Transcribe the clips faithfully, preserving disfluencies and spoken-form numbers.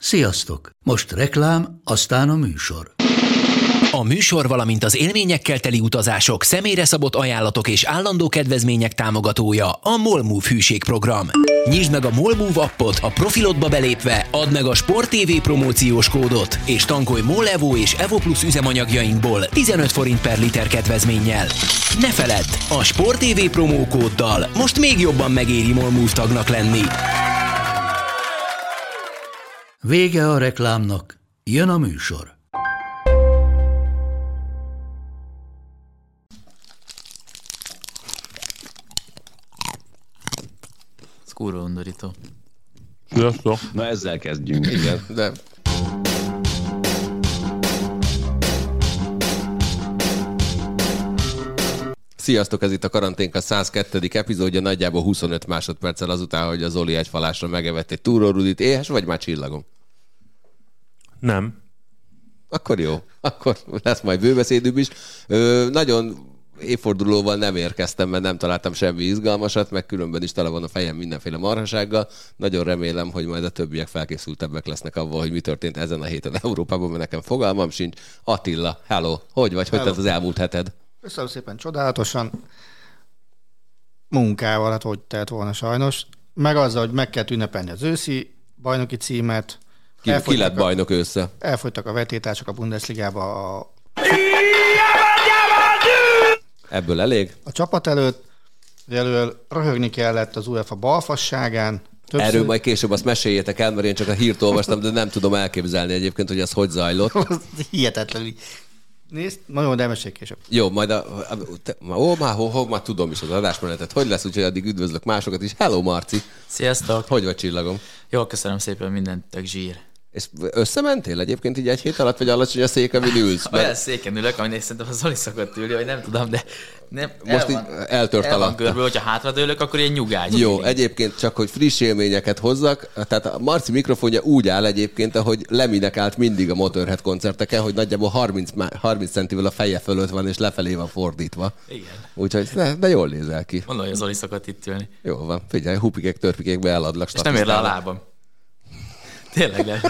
Sziasztok! Most reklám, aztán a műsor. A műsor, valamint az élményekkel teli utazások, személyre szabott ajánlatok és állandó kedvezmények támogatója a MOLMOVE hűségprogram. Nyisd meg a MOLMOVE appot, a profilodba belépve add meg a Sport té vé promóciós kódot, és tankolj MOL Evo és Evo Plus üzemanyagjainkból tizenöt forint per liter kedvezménnyel. Ne feledd, a Sport té vé promókóddal most még jobban megéri MOLMOVE tagnak lenni. Vége a reklámnak, jön a műsor. Ez kurva undorító. Sziasztok! Na ezzel kezdjünk. Igen, de... Sziasztok, ez itt a Karanténka száz kettő. epizódja, nagyjából huszonöt másodperccel azután, hogy a Zoli egy falásra megevett egy túrórudit. Éhes vagy már csillagom? Nem. Akkor jó. Akkor lesz majd bőbeszédűbb is. Ö, nagyon évfordulóval nem érkeztem, mert nem találtam semmi izgalmasat, meg különben is tele van a fejem mindenféle marhasággal. Nagyon remélem, hogy majd a többiek felkészültebbek lesznek avval, hogy mi történt ezen a héten Európában, mert nekem fogalmam sincs. Attila, hello! Hogy vagy? Hogy tett az elmúlt heted? Köszönöm szépen, csodálatosan. Munkával, hát hogy telt volna sajnos. Meg azzal, hogy meg kell ünnepelni az őszi bajnoki címet. Ki, ki lett bajnok össze? Elfogytak a vetétársak a Bundesligába a... Ebből elég? A csapat előtt, elől röhögni kellett az UEFA balfasságán. Többször... Erről majd később azt meséljétek el, mert én csak a hírt olvastam, de nem tudom elképzelni egyébként, hogy ez hogy zajlott. Hihetetlenül. Nézd, nagyon de mesélj később. Jó, majd a... a te, ó, már, ho, ho, már tudom is az adásmenetet. Hogy lesz, úgyhogy addig üdvözlök másokat is. Hello, Marci! Sziasztok! Hogy vagy, csillagom? Jó, köszönöm szépen, mindent tök zsír. És összementél egyébként így egy hét alatt, vagy alacsony a szék, amin ülsz? Mert... Olyan széken ülök, amin szerintem az Zoli szokott ülni, vagy nem tudom, de nem, most így eltört el alatt. Körből, hogyha hátradőlök, akkor ilyen nyugágy. Jó, egyébként csak, hogy friss élményeket hozzak, tehát a Marci mikrofonja úgy áll egyébként, ahogy Leminek állt mindig a Motorhead koncerteken, hogy nagyjából harminc, harminc centivel a feje fölött van, és lefelé van fordítva. Igen. Úgyhogy, de, de jól nézel ki. Mondom, hogy a Zoli szokott itt ülni. Jó van, figyelj, hupikék, törpikékbe eladlak. És nem ér le a lábam. Tényleg nem.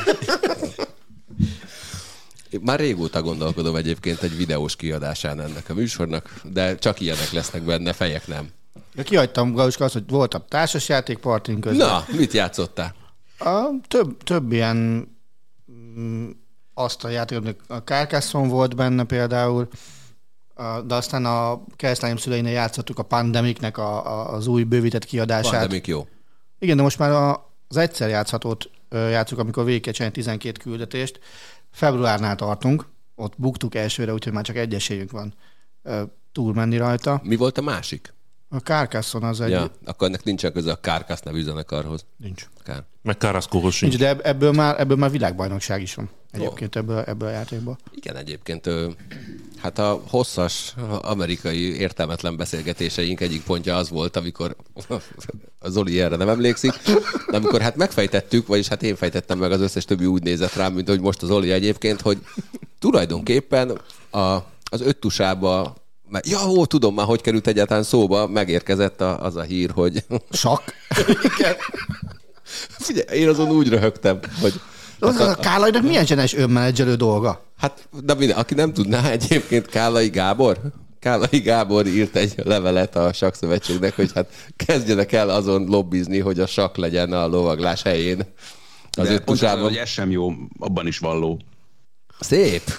Már régóta gondolkodom egyébként egy videós kiadásán ennek a műsornak, de csak ilyenek lesznek benne, fejek nem. Ja, kihagytam, Galuska, azt, hogy voltam társasjátékpartin közben. Na, mit játszottál? A, több, több ilyen mm, asztaljáték, a Carcassonne volt benne például, a, de aztán a keresztlányom szüleinél játszottuk a Pandemicnek a, a, az új bővített kiadását. Pandemic jó. Igen, de most már a, az egyszer játszhatót játszunk, amikor végig kell csinálni tizenkét küldetést. Februárnál tartunk, ott buktuk elsőre, úgyhogy már csak egy esélyünk van túlmenni rajta. Mi volt a másik? A Carcassonne az egy... Ja, akkor ennek nincsen köze a Carcass nevű zenekarhoz. Nincs. Kár. Meg Carrascohoz sincs. Nincs, de ebből már, ebből már világbajnokság is van egyébként ebből, ebből a játékból. Igen, egyébként hát a hosszas amerikai értelmetlen beszélgetéseink egyik pontja az volt, amikor a Zoli erre nem emlékszik, de amikor hát megfejtettük, vagyis hát én fejtettem meg, az összes többi úgy nézett rám, mint hogy most az Zoli egyébként, hogy tulajdonképpen a, az öttusába, mert, ja, ó, tudom már, hogy került egyáltalán szóba, megérkezett a, az a hír, hogy... Sakk? Figyelj, én azon úgy röhögtem, hogy... Az a, a Kálainak milyen zsenes önmenedzselő dolga? Hát, de minden, aki nem tudná, egyébként Kálai Gábor, Kálai Gábor írt egy levelet a Sakkszövetségnek, hogy hát kezdjenek el azon lobbizni, hogy a sakk legyen a lovaglás helyén. Az de öttusában. hogy ez sem jó, abban is van ló. Szép!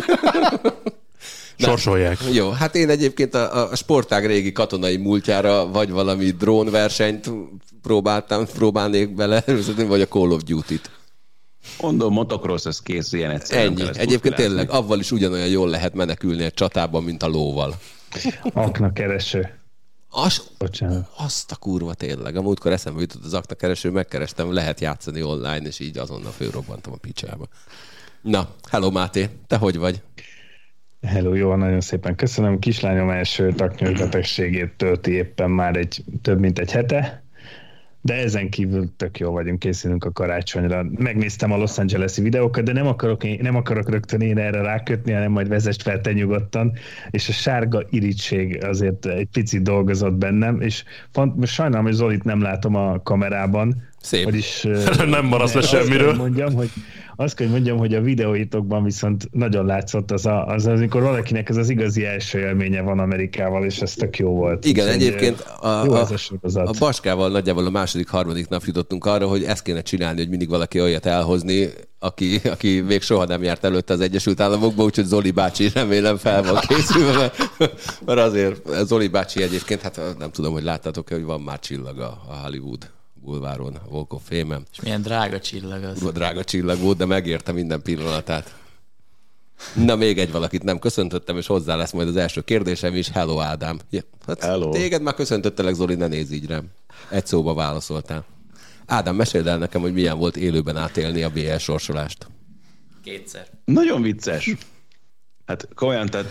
Sorsolják. Na, jó, hát én egyébként a, a sportág régi katonai múltjára vagy valami drónversenyt próbáltam, próbálnék bele, vagy a Call of Duty-t. Mondom, motocross, ez kész, ilyen egyszer. Ennyi. Egyébként tényleg, avval is ugyanolyan jól lehet menekülni egy csatában, mint a lóval. Aknakereső. Az, Bocsánat. azt a kurva tényleg. A múltkor eszembe jutott az aknakereső, megkerestem, lehet játszani online, és így azonnal fölrobbantam a picsába. Na, hello Máté, te hogy vagy? Hello, jó, nagyon szépen köszönöm. Kislányom első taknyőbetegségét tölti éppen már egy több mint egy hete, de ezen kívül tök jól vagyunk, készülünk a karácsonyra. Megnéztem a Los Angeles-i videókat, de nem akarok, én, nem akarok rögtön én erre rákötni, hanem majd vezess fel te nyugodtan, és a sárga irigység azért egy picit dolgozott bennem, és pont, most sajnálom, hogy Zolit nem látom a kamerában, Szép. Vagyis, nem maradt le semmiről. Azt mondjam, hogy, azt kell, hogy mondjam, hogy a videóitokban viszont nagyon látszott az, a, az, amikor valakinek ez az igazi első élménye van Amerikával, és ez tök jó volt. Igen, úgy, egyébként a, jó a, a, a Baskával nagyjából a második, harmadik nap jutottunk arra, hogy ezt kéne csinálni, hogy mindig valaki olyat elhozni, aki, aki még soha nem járt előtte az Egyesült Államokba, úgyhogy Zoli bácsi remélem fel van készülve, mert, mert azért Zoli bácsi egyébként, hát nem tudom, hogy láttátok-e, hogy van már csillaga a Hollywood bulváron, a Walk of Fame-en. És milyen drága csillag az. Drága csillag volt, de megérte minden pillanatát. Na, még egy valakit nem köszöntöttem, és hozzá lesz majd az első kérdésem is. Hello, Ádám. Ja, hát Hello. Téged már köszöntöttelek, Zoli, ne nézz így rám. Egy szóba válaszoltál. Ádám, meséld el nekem, hogy milyen volt élőben átélni a bé el sorsolást. Kétszer. Nagyon vicces. Hát komolyan, tehát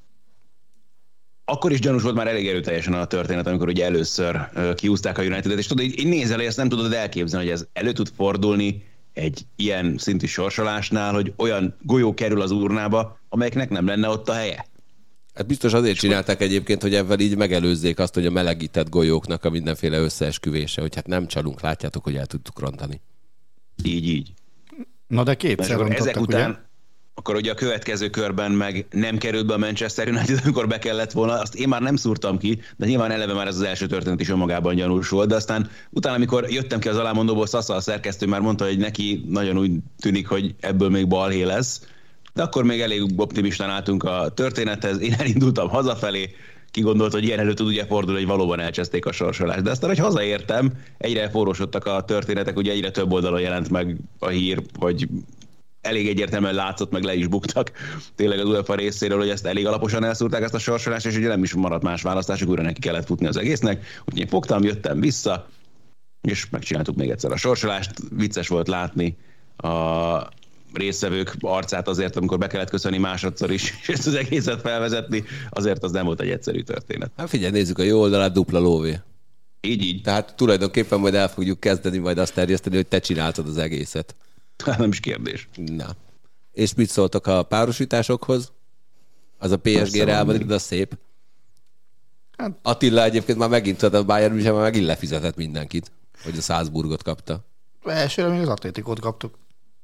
akkor is gyanús volt már elég erőteljesen a történet, amikor ugye először uh, kiúzták a United-et, és tudod, így, így nézel, hogy ezt nem tudod elképzelni, hogy ez elő tud fordulni egy ilyen szintű sorsolásnál, hogy olyan golyó kerül az urnába, amelyeknek nem lenne ott a helye. Hát biztos azért csinálták egyébként, hogy ebben így megelőzzék azt, hogy a melegített golyóknak a mindenféle összeesküvése, hogy hát nem csalunk, látjátok, hogy el tudtuk rontani. Így, így. Na de kétszer rontottak, ezek után, ugye? akkor ugye a következő körben meg nem került be a Manchester United, amikor be kellett volna, azt én már nem szúrtam ki, de nyilván eleve már ez az első történet is önmagában gyanús volt, de aztán utána, amikor jöttem ki az alámondóból, Szasza a szerkesztő már mondta, hogy neki nagyon úgy tűnik, hogy ebből még balhé lesz, de akkor még elég optimistán álltunk a történethez, én elindultam hazafelé, ki gondolt, hogy ilyen elő tud ugye fordulni, hogy valóban elcseszték a sorsolást. De aztán, hogy hazaértem, egyre forrósodtak a történetek, ugye egyre több oldalon jelent meg a hír, hogy elég egyértelműen látszott, meg le is buktak tényleg az UEFA részéről, hogy ezt elég alaposan elszúrták ezt a sorsolást, és ugye nem is maradt más választásuk, újra neki kellett futni az egésznek. Úgyhogy én fogtam, jöttem vissza, és megcsináltuk még egyszer a sorsolást. Vicces volt látni a résztvevők arcát azért, amikor be kellett köszönni másodszor is, és ezt az egészet felvezetni, azért az nem volt egy egyszerű történet. Hát figyelj, nézzük a jó oldalát, dupla lóvé. Így, így. Tehát tulajdonképpen majd el fogjuk kezdeni, majd azt terjeszteni, hogy te csináltad az egészet. Hát nem is kérdés. Na. És mit szóltok a párosításokhoz? Az a pé es gé Real Madrid, az szép. Hát. Attila egyébként már megint, a Bayern München már megint lefizetett mindenkit, hogy a Salzburgot kapta. Elsőre még az Atlétikót kaptuk.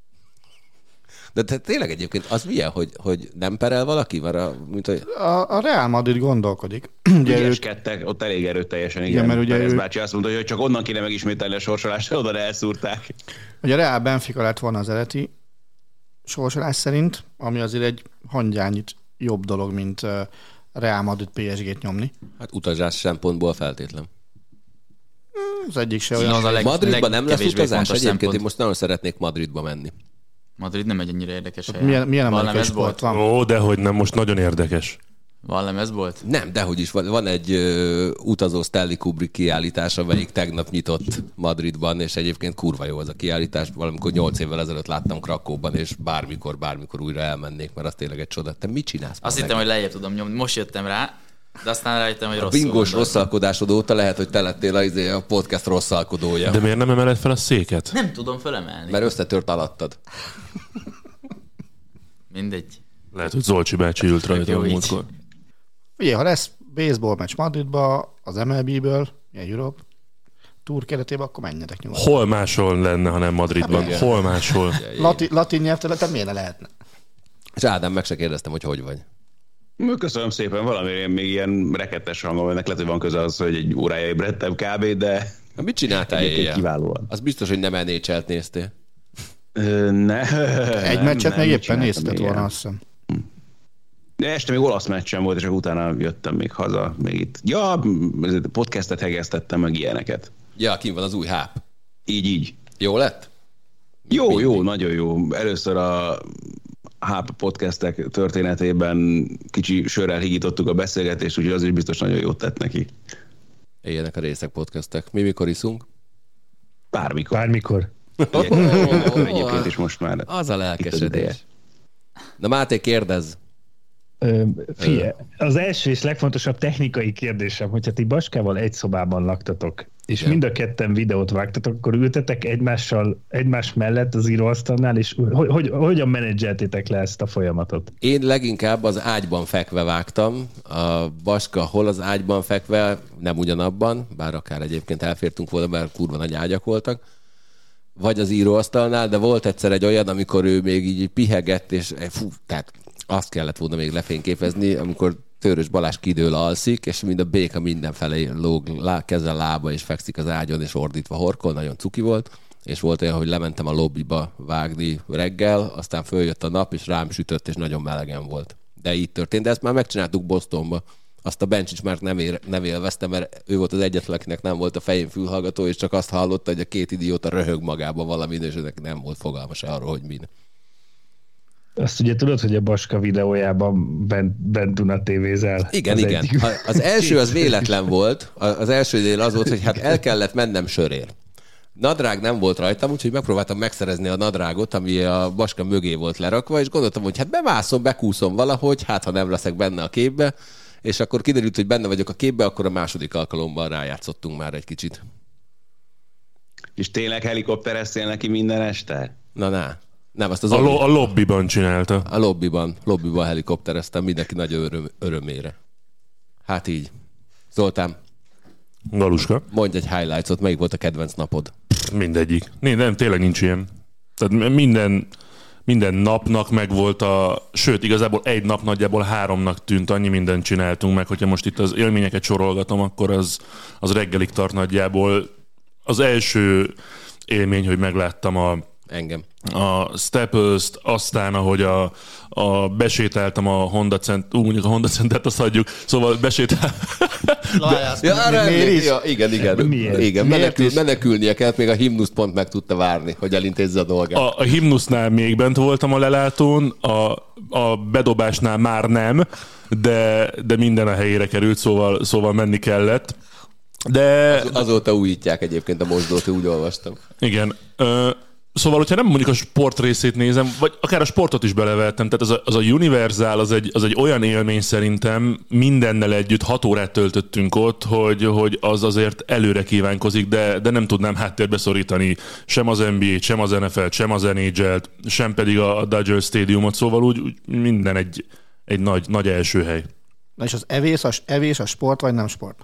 De te, tényleg egyébként az milyen, hogy, hogy nem perel valaki? Mert a, mint, hogy... a, a Real Madrid gondolkodik. Ügyeskedtek, ott elég erőteljesen, igen. igen mert ugye ez ő... bácsi azt mondta, hogy csak onnan kéne megismételni a sorsolást, oda elszúrták. Ugye a Real Benfica lett volna az eredeti sorsolás szerint, ami azért egy hangyányit jobb dolog, mint Real Madrid pé es gét nyomni. Hát utazás szempontból feltétlen. Az egyik se olyan. Az a leg, Madridban nem lesz utazás? Egyébként szempont. én most nagyon szeretnék Madridba menni. Madrid nem egy ennyire érdekes hely. Milyen, milyen amerikai sport van? Ó, dehogy nem, most nagyon érdekes. Van lemezbolt? Nem, dehogy is van. Van egy ö, utazó Stanley Kubrick kiállítás, amelyik tegnap nyitott Madridban, és egyébként kurva jó az a kiállítás. Valamikor nyolc évvel ezelőtt láttam Krakóban, és bármikor, bármikor újra elmennék, mert az tényleg egy csoda. Te mit csinálsz? Azt hittem, hogy lejjebb tudom nyomni. Most jöttem rá, de aztán rájöttem, hogy a rosszul. bingós rosszalkodásod óta lehet, hogy te lettél a, a podcast rosszalkodója. De miért nem emeled fel a széket? Nem tudom fölemelni. Mert összetört alattad. Mindegy. Lehet, hogy Zolcsi bácsi ült rajta a múltkor. Ugye, ha lesz baseball meccs Madridba, az em el bé-ből, ilyen Europe Tour keretében, akkor menjetek nyugodtan. Hol máshol lenne, ha nem Madridban? Hát, Hol máshol? Lati, latin nyelvterületen miért ne lehetne? És Ádám, meg se kérdeztem, hogy hogy vagy. Köszönöm szépen, valamiért még ilyen rekettes hangom, ennek lehet, hogy van köze az, hogy egy órája ébredtem kb, de... Na, mit csináltál éjjel? Kiválóan. Az biztos, hogy nem en há el-t néztél. Ö, ne, Egy nem, meccset nem, még mit éppen csináltam nézted még volna, ilyen? azt hiszem. De este még olasz meccsem volt, és akkor utána jöttem még haza. Még itt. Ja, podcastet hegesztettem, meg ilyeneket. Ja, kint van az új háp. Így, így. Jó lett? Jó, Mindig. jó, nagyon jó. Először a háp podcastek történetében kicsi sörrel higítottuk a beszélgetést, úgyhogy az is biztos nagyon jót tett neki. Éljenek a részek podcastek. Mi mikor iszunk? Bármikor. Bármikor. Ilyenkor egyébként is most már. Az a itt lelkesedés. az ideje. Na Máté, kérdezz. Ö, fie, az első és legfontosabb technikai kérdésem, hogyha ti Baskával egy szobában laktatok, és Igen. mind a ketten videót vágtatok, akkor ültetek egymással, egymás mellett az íróasztalnál, és hogy, hogy, hogyan menedzseltétek le ezt a folyamatot? Én leginkább az ágyban fekve vágtam. A Baska hol az ágyban fekve, nem ugyanabban, bár akár egyébként elfértünk volna, mert kurva nagy ágyak voltak. vagy az íróasztalnál, de volt egyszer egy olyan, amikor ő még így pihegett, és fú, tehát azt kellett volna még lefényképezni, amikor Törös Balázs kidől alszik, és mind a béka mindenfelé lóg, lá, keze lába, és fekszik az ágyon, és ordítva horkol, nagyon cuki volt. És volt olyan, hogy lementem a lobbyba vágni reggel, aztán följött a nap, és rám sütött, és nagyon melegen volt. De így történt, de ezt már megcsináltuk Bostonba. Azt a Bencsics már nem, ér, nem élvezte, mert ő volt az egyetlen, akinek nem volt a fején fülhallgató, és csak azt hallotta, hogy a két idióta röhög magába valamin, és neki nem volt fogalma se arról, hogy min. Azt ugye tudod, hogy a Baska videójában bent, bent Duna tévézel. Igen, az igen. Egyik... Az első az véletlen volt. Az első dél az volt, hogy hát el kellett mennem sörér. Nadrág nem volt rajtam, úgyhogy megpróbáltam megszerezni a nadrágot, ami a Baska mögé volt lerakva, és gondoltam, hogy hát bemászom, bekúszom valahogy, hát ha nem leszek benne a képbe, és akkor kiderült, hogy benne vagyok a képbe, akkor a második alkalommal rájátszottunk már egy kicsit. És tényleg helikoptereztél neki minden este? Na, na. Nem, azt az a, lo- a lobbyban csinálta. A lobbyban, lobbyban helikoptereztem, mindenki nagy öröm, örömére. Hát így. Zoltán. Galuska. Mondj egy highlights-ot, melyik volt a kedvenc napod? Mindegyik. Nem, tényleg nincs ilyen. Tehát minden, minden napnak megvolt a... Sőt, igazából egy nap nagyjából háromnak tűnt, annyi mindent csináltunk meg, hogyha most itt az élményeket sorolgatom, akkor az, az reggelig tart nagyjából. Az első élmény, hogy megláttam a... Engem. A Staples-t, aztán ahogy a, a besétáltam a Honda Cent, ú, mondjuk a Honda Centert, azt hagyjuk, szóval besétál... ja, miért ja, igen, igen. Miért? igen Miért menekül, menekülnie kellett, még a himnuszt pont meg tudta várni, hogy elintézze a dolgát. A, a himnusznál még bent voltam a lelátón, a, a bedobásnál már nem, de, de minden a helyére került, szóval, szóval menni kellett. De... Az, azóta újítják egyébként a mosdót, úgy olvastam. Igen. Ö, Szóval, hogyha nem mondjuk a sport részét nézem, vagy akár a sportot is belevettem, tehát az a, az a Universal, az egy, az egy olyan élmény szerintem, mindennel együtt hat órát töltöttünk ott, hogy, hogy az azért előre kívánkozik, de, de nem tudnám háttérbe szorítani sem az en bé á-t, sem az en ef el-t, sem az en há el-t, sem pedig a Dodger Stadiumot, szóval úgy, úgy minden egy, egy nagy, nagy első hely. Na és az evés, a, evés a sport, vagy nem sport?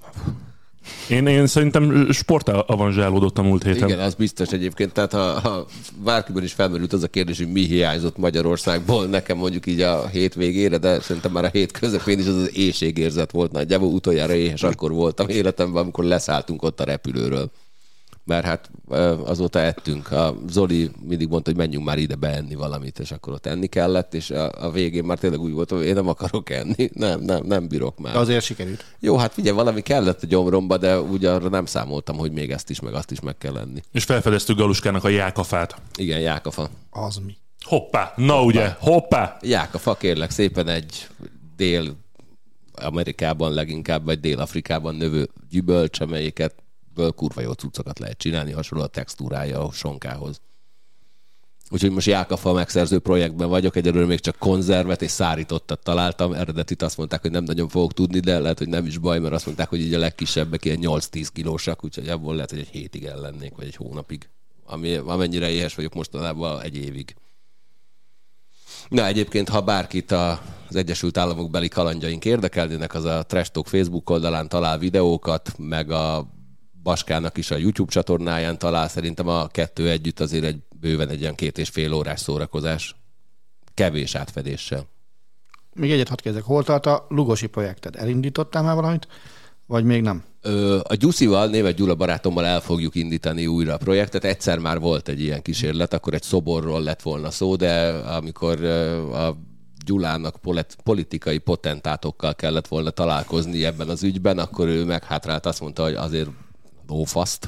Én, én szerintem sportá avanzsálódott a múlt héten. Igen, az biztos egyébként. Tehát ha, ha bárkiben is felmerült az a kérdés, hogy mi hiányzott Magyarországból, nekem mondjuk így a hét végére, de szerintem már a hét közepén is az az éhségérzet volt nagyjából. Utoljára éhes akkor voltam életemben, amikor leszálltunk ott a repülőről. Mert hát azóta ettünk. A Zoli mindig mondta, hogy menjünk már ide beenni valamit, és akkor ott enni kellett, és a, a végén már tényleg úgy volt, hogy én nem akarok enni, nem, nem, nem bírok már. De azért sikerült. Jó, hát figyelj, valami kellett a gyomromba, de úgy arra nem számoltam, hogy még ezt is, meg azt is meg kell enni. És felfedeztük Galuskának a jákafát. Igen, jákafa. Az mi? Hoppá, na hoppá. Ugye, hoppá! Jákafa, kérlek szépen egy Dél-Amerikában leginkább, vagy Dél-Afrikában növő gyümölcs, amelyiket ből kurva jó cuccokat lehet csinálni, hasonló a textúrája a sonkához. Úgyhogy most jákafa megszerző projektben vagyok, egyelőre még csak konzervet és szárítottat találtam. Eredetit azt mondták, hogy nem nagyon fogok tudni, de lehet, hogy nem is baj, mert azt mondták, hogy így a legkisebbek ilyen nyolc-tíz kilósak, úgyhogy abból lehet, hogy egy hétig ellennék, vagy egy hónapig. Ami, amennyire éhes vagyok mostanában, egy évig. Na, egyébként, ha bárkit az Egyesült Államok beli kalandjaink érdekelnének, az a Trash Talk Facebook oldalán talál videókat, meg a Baskának is a YouTube csatornáján talál. Szerintem a kettő együtt azért egy bőven egy ilyen két és fél órás szórakozás. Kevés átfedéssel. Még egyet hadd kérdezek, hol tart a Lugosi projekted? Elindítottál már valamit, vagy még nem? Ö, a Gyuszival, Németh Gyula barátommal el fogjuk indítani újra a projektet. Egyszer már volt egy ilyen kísérlet, akkor egy szoborról lett volna szó, de amikor a Gyulának politikai potentátokkal kellett volna találkozni ebben az ügyben, akkor ő meghátrált, azt mondta, hogy azért lófaszt.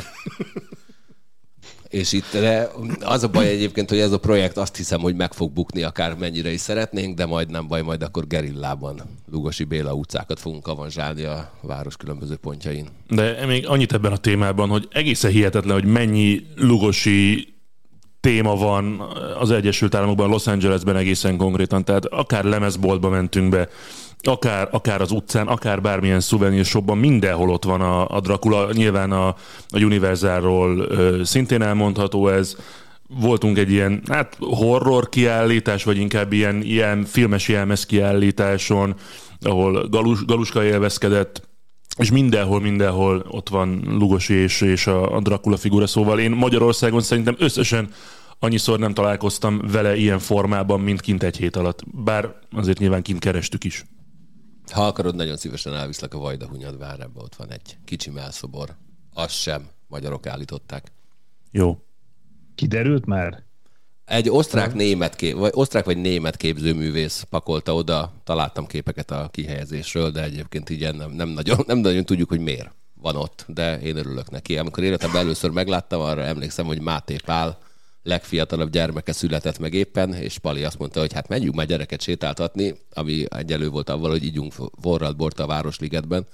És itt de az a baj egyébként, hogy ez a projekt azt hiszem, hogy meg fog bukni, akár mennyire is szeretnénk, de majd nem baj, majd akkor gerillában Lugosi Béla utcákat fogunk avanzsálni a város különböző pontjain. De még annyit ebben a témában, hogy egészen hihetetlen, hogy mennyi lugosi téma van az Egyesült Államokban, Los Angelesben egészen konkrétan, tehát akár lemezboltba mentünk be, akár, akár az utcán, akár bármilyen szuvenír shopban, mindenhol ott van a, a Dracula, nyilván a, a Universalról ö, szintén elmondható ez. Voltunk egy ilyen hát horror kiállítás, vagy inkább ilyen, ilyen filmes jelmez kiállításon, ahol Galus, Galuska élvezkedett, és mindenhol, mindenhol ott van Lugosi és, és a, a Dracula figura, szóval én Magyarországon szerintem összesen annyiszor nem találkoztam vele ilyen formában, mint kint egy hét alatt. Bár azért nyilván kint kerestük is. Ha akarod, nagyon szívesen elviszlek a Vajdahunyad várába, ott van egy kicsi mellszobor. Azt sem magyarok állították. Jó. Kiderült már? Egy osztrák, német kép, vagy osztrák vagy német képzőművész pakolta oda, találtam képeket a kihelyezésről, de egyébként így nem, nem, nagyon, nem nagyon tudjuk, hogy miért van ott, de én örülök neki. Amikor életemben először megláttam, arra emlékszem, hogy Máté Pál legfiatalabb gyermeke született meg éppen, és Pali azt mondta, hogy hát menjünk már gyereket sétáltatni, ami egyelő volt avval, hogy ígyunk forralt bort a Városligetben.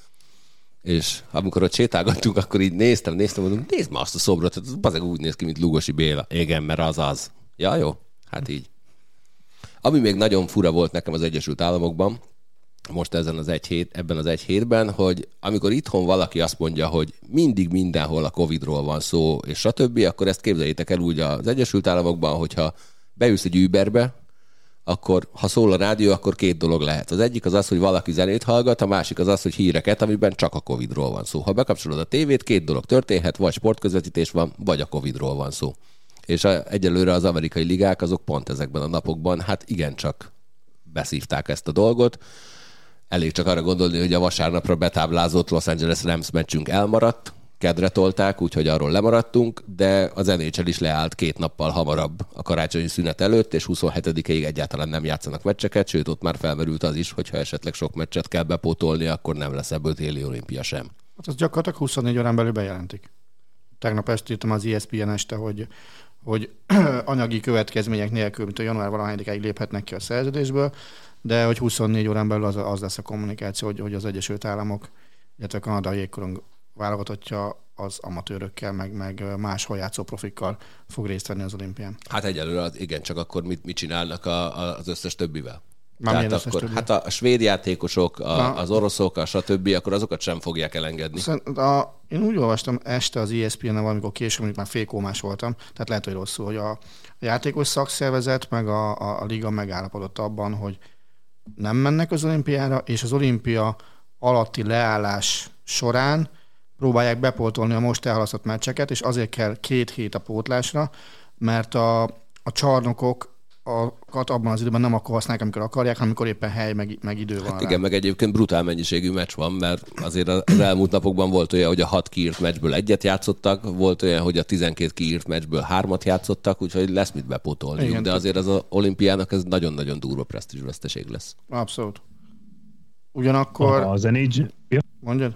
És amikor ott sétálgattunk, akkor így néztem, néztem, mondom, nézd már azt a szobrot, az bazeg úgy néz ki, mint Lugosi Béla. Igen, mert az az. Ja, jó? Hát így. Ami még nagyon fura volt nekem az Egyesült Államokban, most ezen az egy hét, ebben az egy hétben, hogy amikor itthon valaki azt mondja, hogy mindig mindenhol a Covidról van szó, és stb., akkor ezt képzeljétek el úgy az Egyesült Államokban, hogyha beülsz egy Uberbe, akkor ha szól a rádió, akkor két dolog lehet. Az egyik az az, hogy valaki zenét hallgat, a másik az az, hogy híreket, amiben csak a Covidról van szó. Ha bekapcsolod a tévét, két dolog történhet, vagy sportközvetítés van, vagy a Covidról van szó. És a, egyelőre az amerikai ligák azok pont ezekben a napokban, hát igencsak beszívták ezt a dolgot. Elég csak arra gondolni, hogy a vasárnapra betáblázott Los Angeles Rams meccsünk elmaradt, kedre tolták, úgyhogy arról lemaradtunk, de az en há el is leállt két nappal hamarabb a karácsonyi szünet előtt, és huszonhetedikéig egyáltalán nem játszanak meccseket, sőt ott már felmerült az is, hogyha esetleg sok meccset kell bepótolni, akkor nem lesz ebből téli olimpia sem. Hát az gyakorlatilag huszonnégy órán belül bejelentik. Tegnap este írtam az E S P N este, hogy, hogy anyagi következmények nélkül, mint a január valahányadikáig léphetnek ki a szerződésből, de hogy huszonnégy órán belül az, az lesz a kommunikáció, hogy, hogy az Egyesült Államok, illetve a kanadai jégkorong válogatottja az amatőrökkel, meg, meg máshol játszó profikkal fog részt venni az olimpián. Hát egyelőre az, igen, csak akkor mit, mit csinálnak a, a, az összes többivel? Már Tehát összes akkor, többi? hát a svéd játékosok, a, az oroszok, a stb., akkor azokat sem fogják elengedni. A, én úgy olvastam este az E S P N-en valamikor később, amikor már félkómás voltam, tehát lehet, hogy rosszul, hogy a, a játékos szakszervezet meg a, a, a liga megállapodott abban, hogy nem mennek az olimpiára, és az olimpia alatti leállás során próbálják bepótolni a most elhalasztott meccseket, és azért kell két hét a pótlásra, mert a, a csarnokok abban az időben nem akkor használják, amikor akarják, hanem amikor éppen hely meg, meg idő van. Hát rá. igen, meg egyébként brutál mennyiségű meccs van, mert azért az elmúlt napokban volt olyan, hogy a hat kiírt meccsből egyet játszottak, volt olyan, hogy a tizenkét kiírt meccsből hármat játszottak, úgyhogy lesz mit bepótolniuk, igen, de azért az az olimpiának ez nagyon-nagyon durva presztízsveszteség lesz. Abszolút. Ugyanakkor... Az en há el... Ja. Mondjad?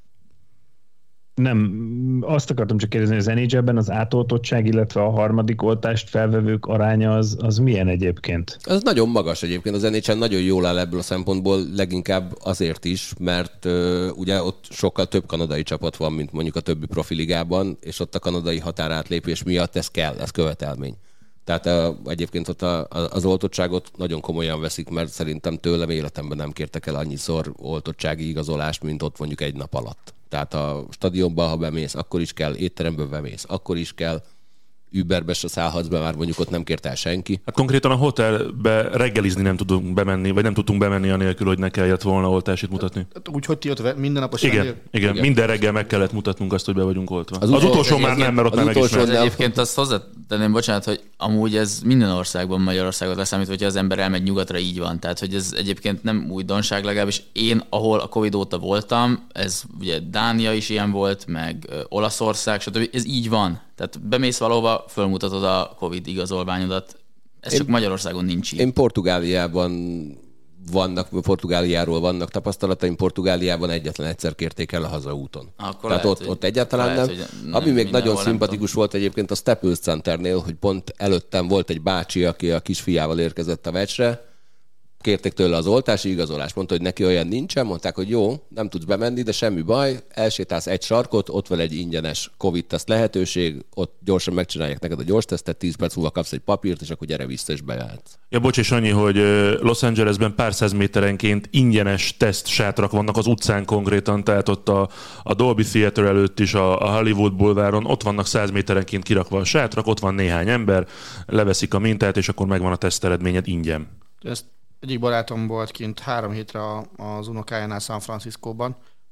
Nem, azt akartam csak kérdezni, hogy az en há el-ben az átoltottság, illetve a harmadik oltást felvevők aránya az, az milyen egyébként? Az nagyon magas egyébként, az en há el nagyon jól áll ebből a szempontból, leginkább azért is, mert uh, ugye ott sokkal több kanadai csapat van, mint mondjuk a többi profiligában, és ott a kanadai határátlépés miatt ez kell, ez követelmény. Tehát a, egyébként ott a, a, az oltottságot nagyon komolyan veszik, mert szerintem tőlem életemben nem kértek el annyiszor oltottsági igazolást, mint ott mondjuk egy nap alatt. Tehát a stadionba, ha bemész, akkor is kell, étterembe bemész, akkor is kell, Uberbe se szállhatsz be, már mondjuk ott nem kért el senki. Hát konkrétan a hotelbe reggelizni nem tudunk bemenni, vagy nem tudtunk bemenni anélkül, hogy ne kellett volna oltásit mutatni. Úgy, hogy ti ott minden napos igen, rendél... igen, igen, minden reggel meg kellett mutatnunk azt, hogy be vagyunk oltva. Az, az, az utolsó már nem, mert ott nem megismert. Egyébként azt hozzátenném, bocsánat, hogy amúgy ez minden országban, Magyarországot leszámítva, hogyha az ember elmegy nyugatra, így van. Tehát, hogy ez egyébként nem újdonság, legalábbis én, ahol a Covid óta voltam, ez ugye Dánia is ilyen volt, meg Olaszország, stb. Ez így van. Tehát bemész valahova, fölmutatod a Covid igazolványodat. Ez én, csak Magyarországon nincs így. Én Portugáliában vannak, Portugáliáról vannak tapasztalataim, Portugáliában egyetlen egyszer kérték el a hazaúton. Akkor Tehát lehet, ott, ott egyáltalán lehet, nem. nem. Ami még nagyon szimpatikus volt egyébként a Staples Centernél, hogy pont előttem volt egy bácsi, aki a kisfiával érkezett a meccsre, kérték tőle az oltási igazolást, mondta, hogy neki olyan nincsen, mondták, hogy jó, nem tudsz bemenni, de semmi baj, elsétálsz egy sarkot, ott van egy ingyenes Covid-teszt lehetőség, ott gyorsan megcsinálják neked a gyors tesztet, tíz perc múlva kapsz egy papírt, és akkor gyere vissza, és bejöhetsz. Ja, bocs, és annyi, hogy Los Angelesben pár száz méterenként ingyenes teszt sátrak vannak az utcán konkrétan, tehát ott a, a Dolby Theater előtt is, a, a Hollywood Boulevardon, ott vannak száz méterenként kirakva a sátrak, ott van néhány ember, leveszik a mintát, és akkor megvan a teszt eredményed ingyen. Ezt egyik barátom volt kint három hétre az unokájánál San Franciscóban,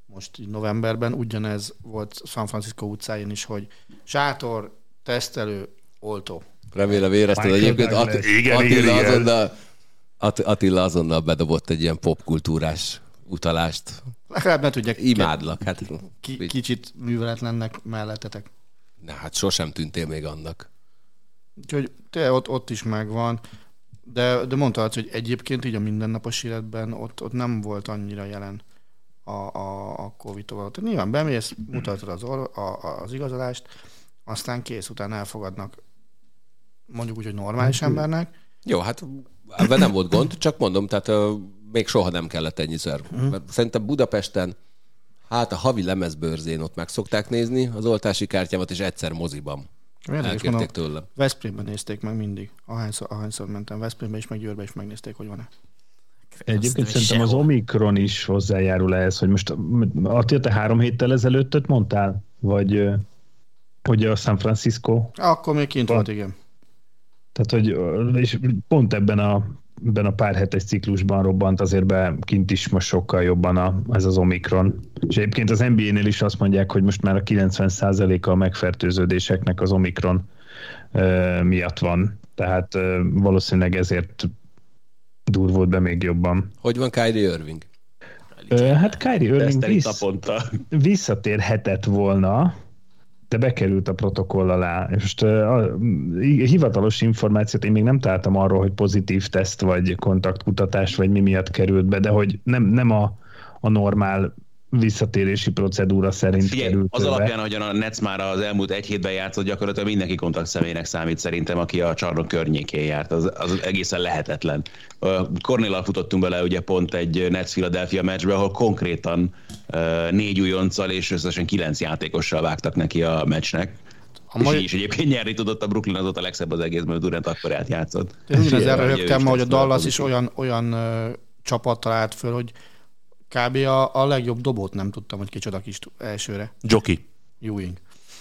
most így novemberben, ugyanez volt San Francisco utcáin is, hogy sátor, tesztelő, oltó. Remélem érezted egyébként. Att- igen, Attila, igen, igen. azonnal, Att- Attila azonnal bedobott egy ilyen popkultúrás utalást. Legalább ne tudják Imádlak. Hát, ki, kicsit műveletlennek mellettetek. Na, hát sosem tűntél még annak. Úgyhogy te ott, ott is megvan, de, de mondtad, hogy egyébként így a mindennapos életben ott, ott nem volt annyira jelen a, a, a Covid-tól. Nyilván bemész, mutatod az, or, a, az igazolást, aztán kész, utána elfogadnak mondjuk úgy, hogy normális embernek. Jó, hát ebben nem volt gond, csak mondom, tehát uh, még soha nem kellett ennyiszer. Mhm. Mert szerintem Budapesten, hát a havi lemezbőrzén ott meg szokták nézni az oltási kártyámat, és egyszer moziban. Elkérték tőlem. Veszprémben nézték meg mindig. Ahányszor, ahányszor mentem Veszprémbe is, meg Győrbe is megnézték, hogy van-e. Egyébként szerintem az Omikron is hozzájárul ehhez, hogy most Attila, te három héttel ezelőttet mondtál? Vagy hogy a San Francisco? Akkor még kint volt, igen. Tehát, hogy és pont ebben a, ebben a pár hetes ciklusban robbant azért be kint is most sokkal jobban a, ez az Omikron. És egyébként az en bé á-nél is azt mondják, hogy most már a kilencven százaléka a megfertőződéseknek az Omikron uh, miatt van. Tehát uh, valószínűleg ezért durvult be még jobban. Hogy van Kyrie Irving? Uh, hát Kyrie Irving vissz, visszatérhetett volna, de bekerült a protokoll alá. És most a hivatalos információt én még nem találtam arról, hogy pozitív teszt, vagy kontaktkutatás, vagy mi miatt került be, de hogy nem, nem a, a normál visszatérési procedúra szerint Figyelj, került az be. alapján, ahogyan a Nets már az elmúlt egy hétben játszott, gyakorlatilag mindenki kontaktszemélynek számít szerintem, aki a csarnok környékén járt. Az, az egészen lehetetlen. Kornéllal futottunk bele ugye pont egy Nets-Philadelphia meccsbe, ahol konkrétan négy újonccal és összesen kilenc játékossal vágtak neki a meccsnek. A és mai... így is egyébként nyerni tudott, a Brooklyn azóta a legszebb az egész, mert Durant akkor átjátszott. Én ugyanez erre rögtem, hogy a Dallas is olyan, olyan uh, csapattal állt föl, hogy kb. A, a legjobb dobót nem tudtam, hogy kicsoda kis elsőre. Jockey. Ewing.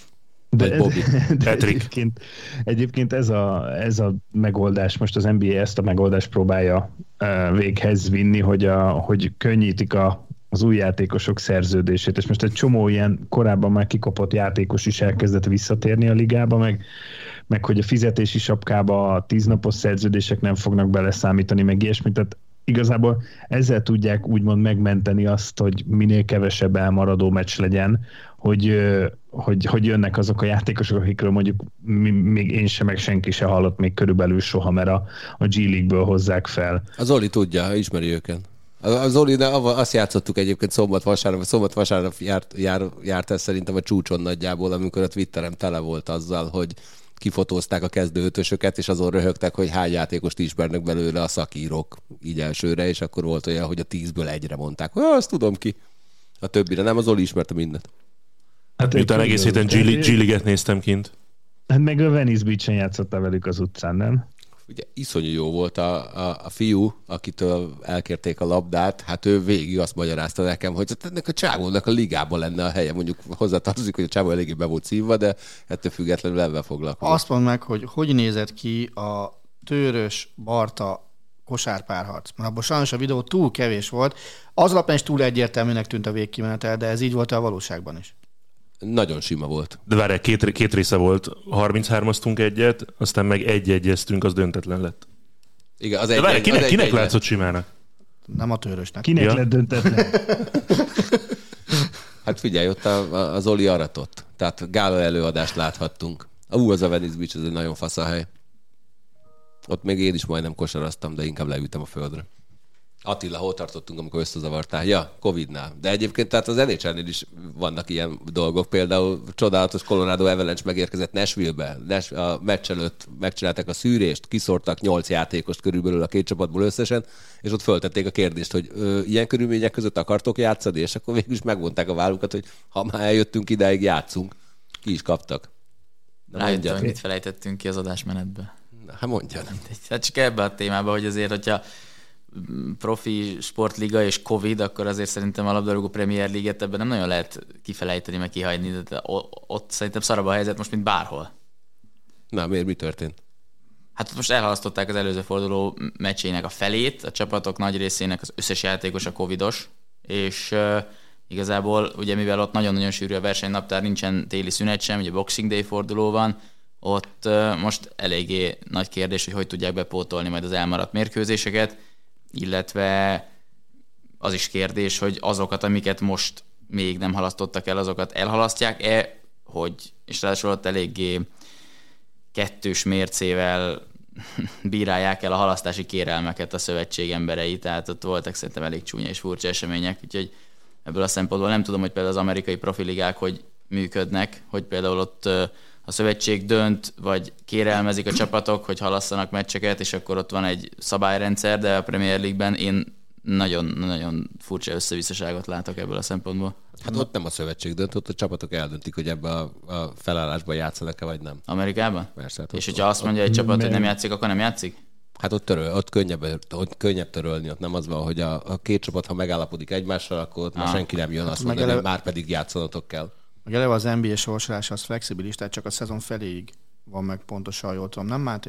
De, de, de egyébként, egyébként ez, a, ez a megoldás, most az en bé á ezt a megoldást próbálja uh, véghez vinni, hogy, a, hogy könnyítik a, az új játékosok szerződését, és most egy csomó ilyen korábban már kikapott játékos is elkezdett visszatérni a ligába, meg, meg hogy a fizetési sapkába a tíznapos szerződések nem fognak beleszámítani, meg ilyesmit, tehát igazából ezzel tudják úgymond megmenteni azt, hogy minél kevesebb elmaradó meccs legyen, hogy, hogy, hogy jönnek azok a játékosok, akikről mondjuk még én sem, meg senki se hallott még körülbelül soha, mert a, a G League-ből hozzák fel. Az Zoli tudja, ismeri őket. Az Zoli, azt játszottuk egyébként szombat-vasárnap, szombat-vasárnap járt, jár, járt ez szerintem a csúcson nagyjából, amikor a Twitterem tele volt azzal, hogy kifotózták a kezdőötösöket, és azon röhögtek, hogy hány játékost ismernek belőle a szakírók így elsőre, és akkor volt olyan, hogy a tízből egyre mondták, hogy azt tudom ki. A többire nem, az Oli ismerte mindent. Hát miután egész héten G-liget néztem kint. Hát meg a Venice Beach-en játszottál velük az utcán, nem? Ugye iszonyú jó volt a, a, a fiú, akitől elkérték a labdát, hát ő végig azt magyarázta nekem, hogy ennek a csávónak a ligában lenne a helye, mondjuk hozzátartozik, hogy a csávó eléggé be volt szívva, de ettől függetlenül ebben foglalkozott. Azt mondd meg, hogy hogy nézett ki a Tőrös Barta kosárpárharc, mert abban sajnos a videó túl kevés volt, az alapján is túl egyértelműnek tűnt a végkimenetel, de ez így volt a valóságban is. Nagyon sima volt. De várj, két, két része volt. harminchármaztunk egyet, aztán meg egy-egyeztünk, az döntetlen lett. Igen, az De egy, várj, az kinek, egy, kinek egy, látszott simának? Nem a Tőrösnek. Kinek ja. lett döntetlen? Hát figyelj, ott a, a, az Oli aratott. Tehát gála előadást láthattunk. Ú, az a Venice Beach, ez egy nagyon fasz a hely. Ott még én is majdnem kosaraztam, de inkább leültem a földre. Attila, hol tartottunk, amikor összezavartál? Ja, Covidnál. De egyébként tehát az en há el-nél is vannak ilyen dolgok. Például csodálatos Colorado Avalanche megérkezett Nashville-be. A meccs előtt megcsinálták a szűrést, kiszórtak nyolc játékost körülbelül a két csapatból összesen, és ott föltették a kérdést, hogy ö, ilyen körülmények között akartok játszani, és akkor végül is megvonták a vállukat, hogy ha már eljöttünk idáig, játszunk. Ki is kaptak. Rájöttem, hogy mit felejtettünk ki az adásmenetbe. Na, hát mondjad. Hát csak ebbe a témába, hogy azért, hogyha profi sportliga és Covid, akkor azért szerintem a labdarúgó Premier League-et ebben nem nagyon lehet kifelejteni, meg kihagyni, de ott szerintem szarabb a helyzet most, mint bárhol. Na, miért mi történt? Hát most elhalasztották az előző forduló meccsének a felét, a csapatok nagy részének az összes játékos a covidos, és igazából ugye mivel ott nagyon-nagyon sűrű a versenynaptár, nincsen téli szünet sem, ugye Boxing Day forduló van, ott most eléggé nagy kérdés, hogy hogy tudják bepótolni majd az elmaradt mérkőzéseket, illetve az is kérdés, hogy azokat, amiket most még nem halasztottak el, azokat elhalasztják-e, hogy, és ráadásul ott eléggé kettős mércével bírálják el a halasztási kérelmeket a szövetség emberei, tehát ott voltak szerintem elég csúnya és furcsa események, úgyhogy ebből a szempontból nem tudom, hogy például az amerikai profiligák hogy működnek, hogy például ott a szövetség dönt, vagy kérelmezik a csapatok, hogy halasszanak meccseket, és akkor ott van egy szabályrendszer, de a Premier League-ben én nagyon-nagyon furcsa összevisszaságot látok ebből a szempontból. Hát ott nem a szövetség dönt, ott a csapatok eldöntik, hogy ebbe a, a felállásban játszanak-e, vagy nem. Amerikában? Persze. Hát és hogyha azt mondja egy csapat, hogy nem játszik, akkor nem játszik? Hát ott, töröl, ott, könnyebb, ott könnyebb törölni, ott nem az van, hogy a, a két csapat, ha megállapodik egymással, akkor ott ah. már senki nem jön azt mondani, hogy már pedig játszanatok kell. Meg eleve az en bé á sorsolása az flexibilis, tehát csak a szezon feléig van meg pontosan, jól tudom, nem Máté?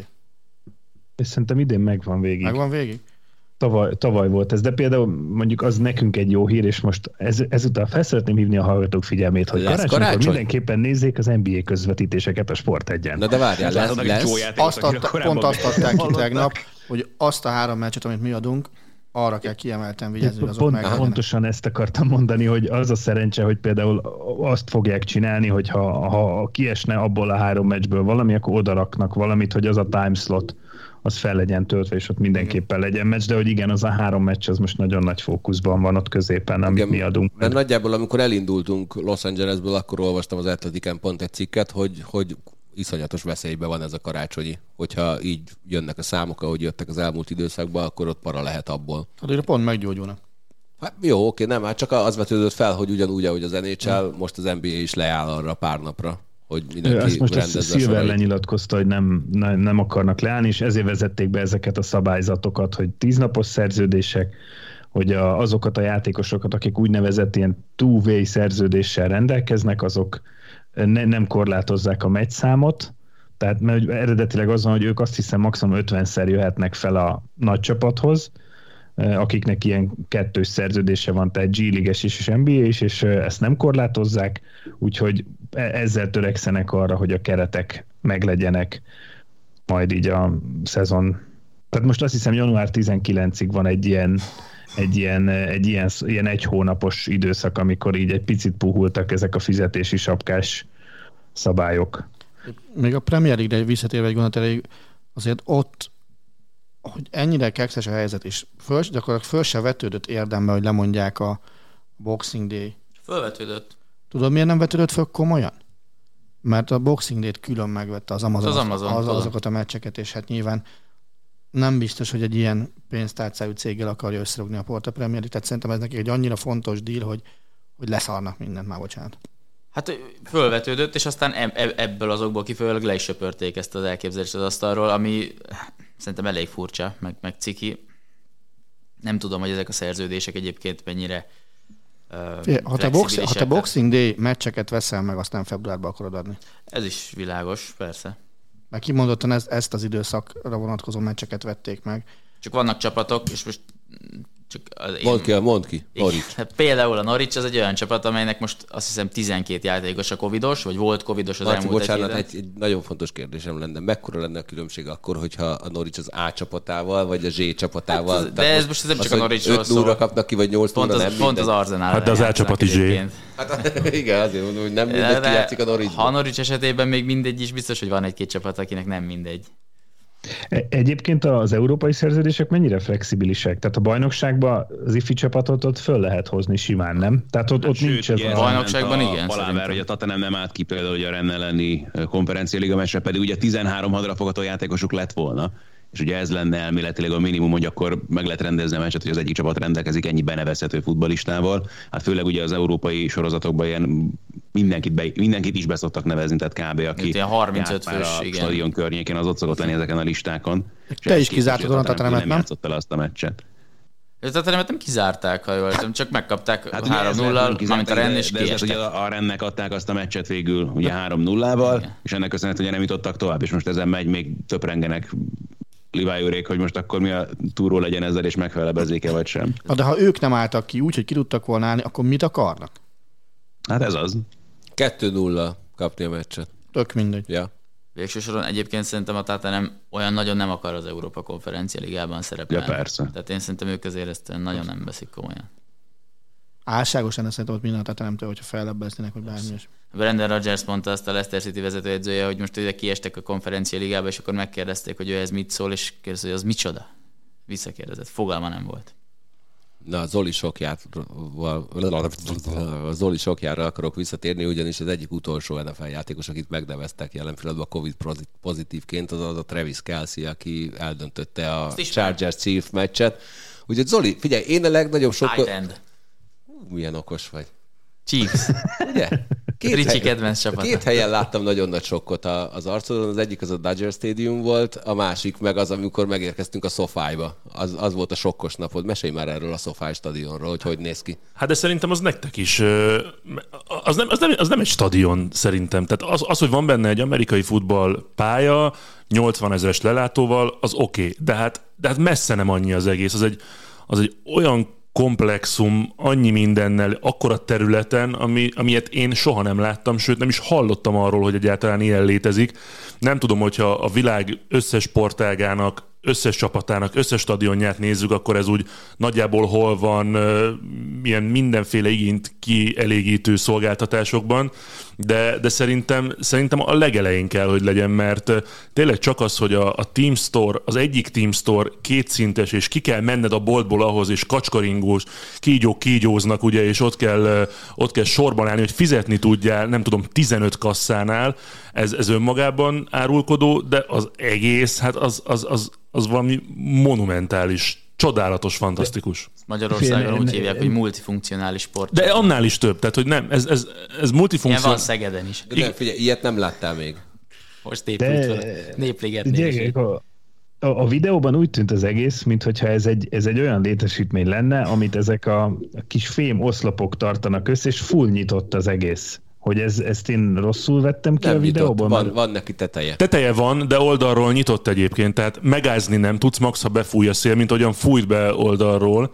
És szerintem idén megvan végig. Megvan végig? Tavaly, tavaly volt ez, de például mondjuk az nekünk egy jó hír, és most ez, ezután fel szeretném hívni a hallgatók figyelmét, hogy karácsonykor karácsony? mindenképpen nézzék az en bé á közvetítéseket a Sport egyen. Na de várjál, lesz, lesz. Azt adta, pont azt adták ki tegnap, hogy azt a három meccset, amit mi adunk, arra kell kiemelten vigyázni, hogy azok Pont, meglegyenek. Pontosan ezt akartam mondani, hogy az a szerencse, hogy például azt fogják csinálni, hogy ha, ha kiesne abból a három meccsből valami, akkor odaraknak valamit, hogy az a timeslot az fel legyen töltve, és ott mindenképpen legyen meccs, de hogy igen, az a három meccs az most nagyon nagy fókuszban van ott középen, amit igen, mi adunk. Mert nagyjából, amikor elindultunk Los Angelesből, akkor olvastam az Athleticen pont egy cikket, hogy, hogy iszonyatos veszélyben van ez a karácsonyi. Hogyha így jönnek a számok, ahogy jöttek az elmúlt időszakban, akkor ott para lehet abból. Hát pont meggyógyulnak. Hát jó, oké, nem, hát csak az vetődött fel, hogy ugyanúgy, ahogy az en há el, most az en bé á is leáll arra pár napra, hogy mindenki ezt most rendezze a Silver lenyilatkozta, hogy nem, nem, nem akarnak leállni, és ezért vezették be ezeket a szabályzatokat, hogy tíznapos szerződések, hogy a, azokat a játékosokat, akik úgynevezett ilyen two-way szerződéssel rendelkeznek, azok ne, nem korlátozzák a meccszámot, tehát mert eredetileg az van, hogy ők azt hiszem maximum ötvenszer jöhetnek fel a nagy csapathoz, akiknek ilyen kettős szerződése van, tehát G-liges is és en bé á is, és ezt nem korlátozzák, úgyhogy ezzel törekszenek arra, hogy a keretek meglegyenek majd így a szezon. Tehát most azt hiszem január tizenkilencig van egy ilyen egy ilyen, egy ilyen, ilyen egy hónapos időszak, amikor így egy picit puhultak ezek a fizetési sapkás szabályok. Még a Premier League-re visszatérve egy gondolat elég, azért ott, hogy ennyire kekszes a helyzet, és föl, gyakorlatilag föl se vetődött érdembe, hogy lemondják a Boxing Day. Fölvetődött. Tudod, miért nem vetődött föl komolyan? Mert a Boxing Day-t külön megvette az Amazon, az Amazon az, azokat a meccseket, és hát nyilván nem biztos, hogy egy ilyen pénztárcájú céggel akarja összerúgni a Porta Premier League, tehát szerintem ez neki egy annyira fontos deal, hogy, hogy leszarnak mindent, már bocsánat. Hát fölvetődött, és aztán ebből azokból kifolyólag le is söpörték ezt az elképzelést az asztalról, ami szerintem elég furcsa, meg, meg ciki. Nem tudom, hogy ezek a szerződések egyébként mennyire uh, ha, te box, ha te Boxing Day meccseket veszel meg, aztán februárban akarod adni. Ez is világos, persze. Mert kimondottan ezt, ezt az időszakra vonatkozó meccseket vették meg. Csak vannak csapatok, és most csak én... Mondd ki, mondd ki, Norwich. Hát például a Norwich az egy olyan csapat, amelynek most azt hiszem tizenkét játékos a covidos, vagy volt covidos az Marci, elmúlt bocsánat, egy, egy, egy nagyon fontos kérdésem lenne. Mekkora lenne a különbség akkor, hogyha a Norwich az A csapatával, vagy a Z csapatával? Hát, de ez most, most ez nem csak a Norwichról szól. öt nulla kapnak ki, vagy nyolc nulla, nem Pont az Arsenal. Hát de az A csapat is Z. Hát igen, azért mondom, hogy nem mindegy, ki játszik a Norwichban. Ha a Norwich esetében még mindegy is, biztos, hogy van egy-két csapat, akinek nem mindegy. Egyébként az európai szerződések mennyire flexibilisek? Tehát a bajnokságban az ifi csapatot ott föl lehet hozni simán, nem? Tehát ott, ott nincs ez a... bajnokságban igen. Paláver, hogy a Tottenham nem állt ki például, hogy a Rennes elleni konferencia liga meccsre, pedig ugye tizenhárom hadrafogató játékosuk lett volna. És ugye ez lenne elméletileg a minimum, hogy akkor meg lehet rendezni a meccset, hogy az egyik csapat rendelkezik ennyi benevezhető futballistával. Hát főleg ugye az európai sorozatokban ilyen mindenkit, be, mindenkit is beszoktak nevezni, tehát kb. Aki ilyen harmincöt fős, a igen. stadion környékén, az ott szokott lenni ezeken a listákon. Te is kizártad a Tottenhamet, nem? Nem játszott el azt a meccset. A Tottenhamet nem kizárták, ha jól tudom, csak megkapták hát három nullal, amit a Rennes és kiestek. De a Rennesnek adták azt a meccset végül ugye három nullával, és ennek köszönhetően, hogy nem jutottak tovább, és most ezen megy, még töprengenek Levi úrék, hogy most akkor mi a túró legyen ezzel, és megfelebezzék-e vagy sem. Na, de ha ők nem álltak ki úgy, hogy ki tudtak volna állni, akkor mit akarnak? Hát ez az. kettő nulla kapni a meccset. Tök mindegy. Ja. Végső soron egyébként szerintem a Tata nem olyan nagyon nem akar az Európa Konferencia Ligában szerepelni. Ja, persze. Tehát én szerintem ők azért ezt nagyon nem veszik komolyan. Álságos lenne szerintem ott minden a Tatanemtől, hogyha fellebbeznének, hogy bármi is. Brendan Rodgers mondta azt a Leicester City vezetőedzője, hogy most ugye kiestek a Konferencia Ligába, és akkor megkérdezték, hogy ő ez mit szól, és kérdezte, hogy az micsoda. Visszakérdezett, fogalma nem volt. Na, Zoli sokját, a Zoli sokjára akarok visszatérni, ugyanis az egyik utolsó en ef el játékos, akit megneveztek jelen pillanatban Covid pozitívként, az az a Travis Kelce, aki eldöntötte a Chargers Chiefs meccset. Úgyhogy Zoli, figyelj, én a legnagyobb sokkot... Tight end. Hú, milyen okos vagy. Chiefs. Ugye? Két Ricsi hely... kedvenc csapata. Két helyen láttam nagyon nagy sokkot az arcodon. Az egyik az a Dodger Stadium volt, a másik meg az, amikor megérkeztünk a SoFi-ba. Az, az volt a sokkos napod. Mesélj már erről a SoFi stadionról, hogy hogy néz ki. Hát de szerintem az nektek is. Az nem, az nem, az nem egy stadion szerintem. Tehát az, az, hogy van benne egy amerikai futball pálya, nyolcvan ezres lelátóval, az oké. Okay. De, hát, de hát messze nem annyi az egész. Az egy, az egy olyan komplexum, annyi mindennel, akkora területen, ami, amilyet én soha nem láttam, sőt nem is hallottam arról, hogy egyáltalán ilyen létezik. Nem tudom, hogyha a világ összes sportágának, összes csapatának, összes stadionját nézzük, akkor ez úgy nagyjából hol van, milyen mindenféle igényt kielégítő szolgáltatásokban, de, de szerintem, szerintem a legelején kell, hogy legyen, mert tényleg csak az, hogy a, a Team Store, az egyik Team Store kétszintes, és ki kell menned a boltból ahhoz, és kacskaringós, kígyók kígyóznak, ugye, és ott kell, ott kell sorban állni, hogy fizetni tudjál, nem tudom, tizenöt kasszánál, ez, ez önmagában árulkodó, de az egész, hát az, az, az, az valami monumentális, csodálatos, fantasztikus. Magyarországon úgy hívják, hogy multifunkcionális sport. De annál is több, tehát hogy nem, ez, ez, ez multifunkcionális. Ilyen van Szegeden is. De nem, figyelj, ilyet nem láttál még. Most épült fel Népligetnél is. A, a videóban úgy tűnt az egész, mintha ez egy, ez egy olyan létesítmény lenne, amit ezek a, a kis fém oszlopok tartanak össze, és full nyitott az egész. Hogy ez, ezt én rosszul vettem ki nem a videóban? Van, van neki teteje. Teteje van, de oldalról nyitott egyébként, tehát megázni nem tudsz, max ha befúj a szél, mint ahogyan fújt be oldalról,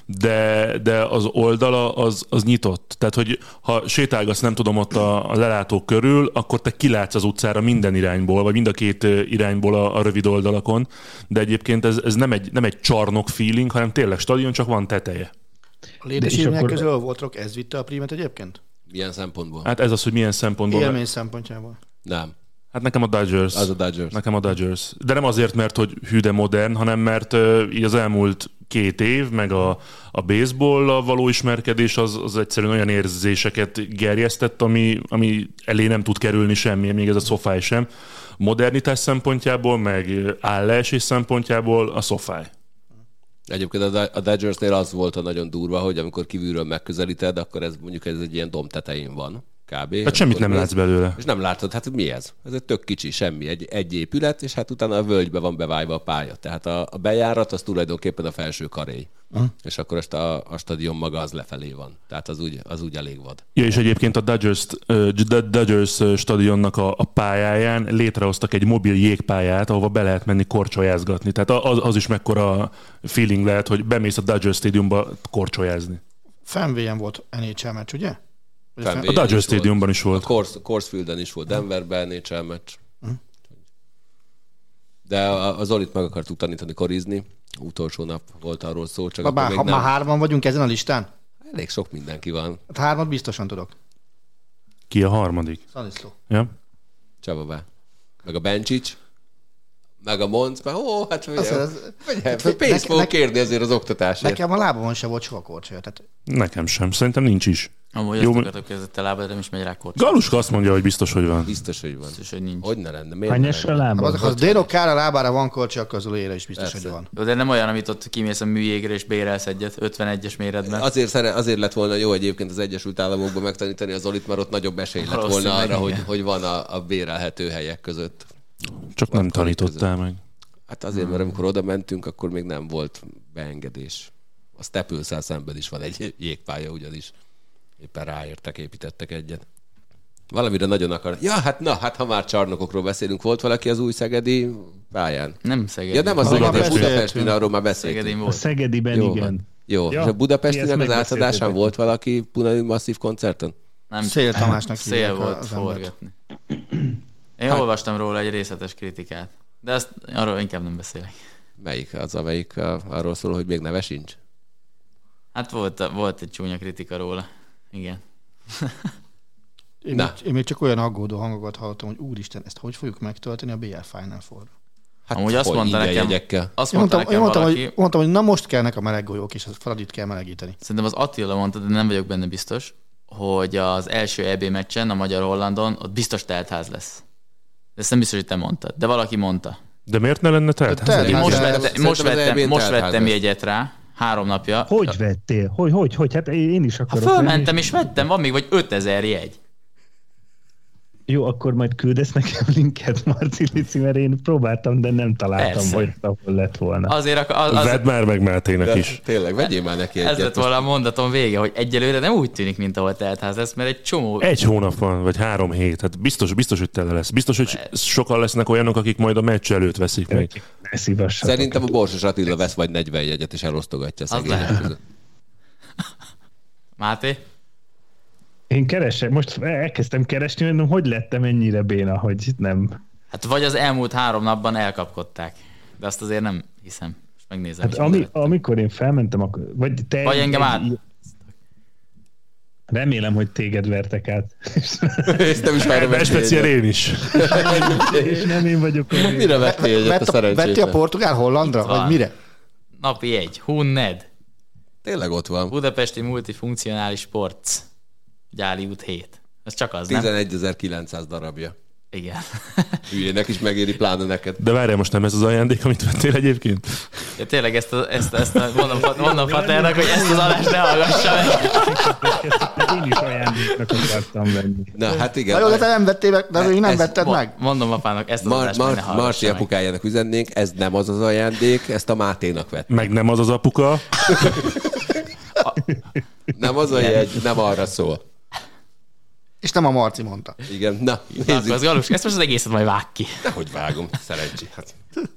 de, de az oldala az, az nyitott. Tehát, hogy ha sétálgatsz, nem tudom, ott a, a lelátó körül, akkor te kilátsz az utcára minden irányból, vagy mind a két irányból a, a rövid oldalakon, de egyébként ez, ez nem, egy, nem egy csarnok feeling, hanem tényleg stadion, csak van teteje. A létesítmények akkor... közül voltok, ez vitte a prímet egyébként? Milyen szempontból? Hát ez az, hogy milyen szempontból. Élmény szempontjából. Nem. Hát nekem a Dodgers. Az a Dodgers. Nekem a Dodgers. De nem azért, mert hogy hű de modern, hanem mert uh, így az elmúlt két év, meg a, a baseball-a való ismerkedés az, az egyszerűen olyan érzéseket gerjesztett, ami, ami elé nem tud kerülni semmi, még ez a SoFi sem. Modernitás szempontjából, meg állásés szempontjából a SoFi. Egyébként a Dodgersnél az volt a nagyon durva, hogy amikor kívülről megközelíted, akkor ez mondjuk ez egy ilyen domb tetején van. Kb. Hát semmit nem látsz belőle. És nem látod, hát mi ez? Ez egy tök kicsi, semmi, egy, egy épület, és hát utána a völgybe van bevájva a pálya. Tehát a, a bejárat az tulajdonképpen a felső karély. Uh-huh. És akkor azt a, a stadion maga az lefelé van. Tehát az úgy, az úgy elég vad. Ja, és egyébként a Dodgers, uh, Dodgers stadionnak a, a pályáján létrehoztak egy mobil jégpályát, ahova be lehet menni korcsolyázgatni. Tehát az, az is mekkora feeling lehet, hogy bemész a Dodgers stadiumba korcsolyázni. Fenwayen volt en há el meccs, ugye? A Dodger Stadiumban is volt. A Coors, Coors Fielden is volt, Denverben en há el meccs. Uh-huh. De a, a Zolit meg akartuk tanítani korizni. Utolsó nap volt arról szó, csak Bár, még ha nem. Már hárman vagyunk ezen a listán? Elég sok mindenki van. Hát hármat biztosan tudok. Ki a harmadik? Stanislav. Ja. Csaba be. Meg a Bencsics. Meg a Monc, mert ó, hát figyelj, pénzt fogok kérni ezért az oktatásért. Nekem a lábamon se volt soha korcsolya. Tehát... Nekem sem, szerintem nincs is. Amúgy azt akartok, hogy a lábad nem is megy rá korcsolya. Galuska azt mondja, hogy biztos, hogy van. Biztos, hogy van. Biztos, hogy nincs. Hogy ne lenne? Miért Hányas a lábam? Ha az Dénok Kára lábára van korcsolya, közül ére is biztos, Persze. hogy van. Jó, de nem olyan, amit ott kimész a műjégre és bérelsz egyet ötvenegyes méretben. Azért, azért lett volna jó egyébként az Egyesült Államokban megtanítani az Zolit, mert ott nagyobb esély lett volna arra, hogy, hogy van a, a bérelhető helyek között. Csak nem tanítottál meg. Hát azért, mert amikor oda mentünk, akkor még nem volt beengedés. A Staples-szel szemben is van egy jégpálya ugyanis. Éppen ráértek, építettek egyet. Valamire nagyon akar. Ja, hát na, hát ha már csarnokokról beszélünk, volt valaki az új szegedi pályán? Nem Szegedi. Ja, nem az Arról már Budapest, beszéltünk. Budapest, arról már beszéltünk. Szegedin A volt. Szegediben Jó, igen. Jó, Ja, és a Budapestinek ezt az megbeszéltétek. átadásán volt valaki Punai masszív koncerten? Nem, Szél Tamásnak szél hívják volt az embert. forgatni. Én hát, olvastam róla egy részletes kritikát, de azt arról inkább nem beszélek. Melyik az, amelyik uh, arról szól, hogy még neve sincs? Hát volt, volt egy csúnya kritika róla. Igen. Én, még, én még csak olyan aggódó hangokat hallottam, hogy úristen, ezt hogy fogjuk megtölteni a bé el Final Four-ra? Hát Amúgy azt hogy, mondta ingyen nekem, jegyekkel? azt Én mondta mondtam, én nekem mondtam, valaki, hogy, mondtam, hogy na most kellnek a meleg golyók, és a Fradit kell melegíteni. szerintem az Attila mondta, de nem vagyok benne biztos, hogy az első é bé meccsen, a Magyar-Hollandon, ott biztos teltház lesz. De ezt nem biztos, hogy te mondtad, de valaki mondta. De miért ne lenne telt? Telt- Én Hát, most, de vette, szerintem most az vettem, é bén most teltház vettem lesz. jegyet rá, három napja. Hogy vettél? Hogy, hogy, hogy? Hát én is Ha akarok. fölmentem lenni. és vettem, van még vagy ötezer jegy. Jó, akkor majd küldesz nekem linket, Marci Lici, mert én próbáltam, de nem találtam, Persze. hogy ahol lett volna. Azért ak- az, az, Vedd már meg Mátének De is. tényleg, vegyél már neki ez egyet. lett volna a mondatom vége, hogy egyelőre nem úgy tűnik, mint ahol teltház lesz, mert egy csomó... Egy hónap van, vagy három hét. Hát biztos, biztos, hogy tele lesz. Biztos, hogy sokan lesznek olyanok, akik majd a meccs előtt veszik meg. Ne szívassatok. Szerintem a Borsos Attila vesz vagy negyven jegyet, és elosztogatja a Az szegények lehet. között. Máté? Én keresek, most elkezdtem keresni, mondom, hogy lettem ennyire béna, hogy nem. Hát vagy az elmúlt három napban elkapkodták. De azt azért nem hiszem. Most megnézem. Hát is, ami, hol amikor én felmentem, akkor, vagy te... Vagy engem át. Remélem, hogy téged vertek át. És nem is várom De speciál én is. És nem én vagyok a... Mire vettél egyet a Vett a, vetti a szerencsétlen? portugál Hollandra? Itt van. Vagy mire? Napi egy. Hunned. Tényleg ott van. Budapesti multifunkcionális sports. Gyáli út hét. Ez csak az, nem? tizenegyezer-kilencszáz darabja. Igen. Hülyének is megéri, pláne neked. De várjál, most nem ez az ajándék, amit vettél egyébként? Ja, tényleg ezt, a, ezt, a, ezt a, mondom, mondom Faternak, hogy ezt az adást ne hallgassa meg. Én is ajándéknak akartam venni. Na, hát igen. Na jó, de te nem vettél meg, de még nem Ez- vetted Mo- meg. Mondom apának, ezt az Mar- adást meg ne Mar- hallgassa Marci meg. apukájának üzennénk, ez nem az az ajándék, ezt a Máténak vett. Meg nem az az apuka. Nem az a jegy, nem arra szól. És nem a Marci mondta. Igen, na, Na, akkor nézzük. az Galus, ezt most az egészet majd vág ki. Nehogy vágom, szerencsé. Hát.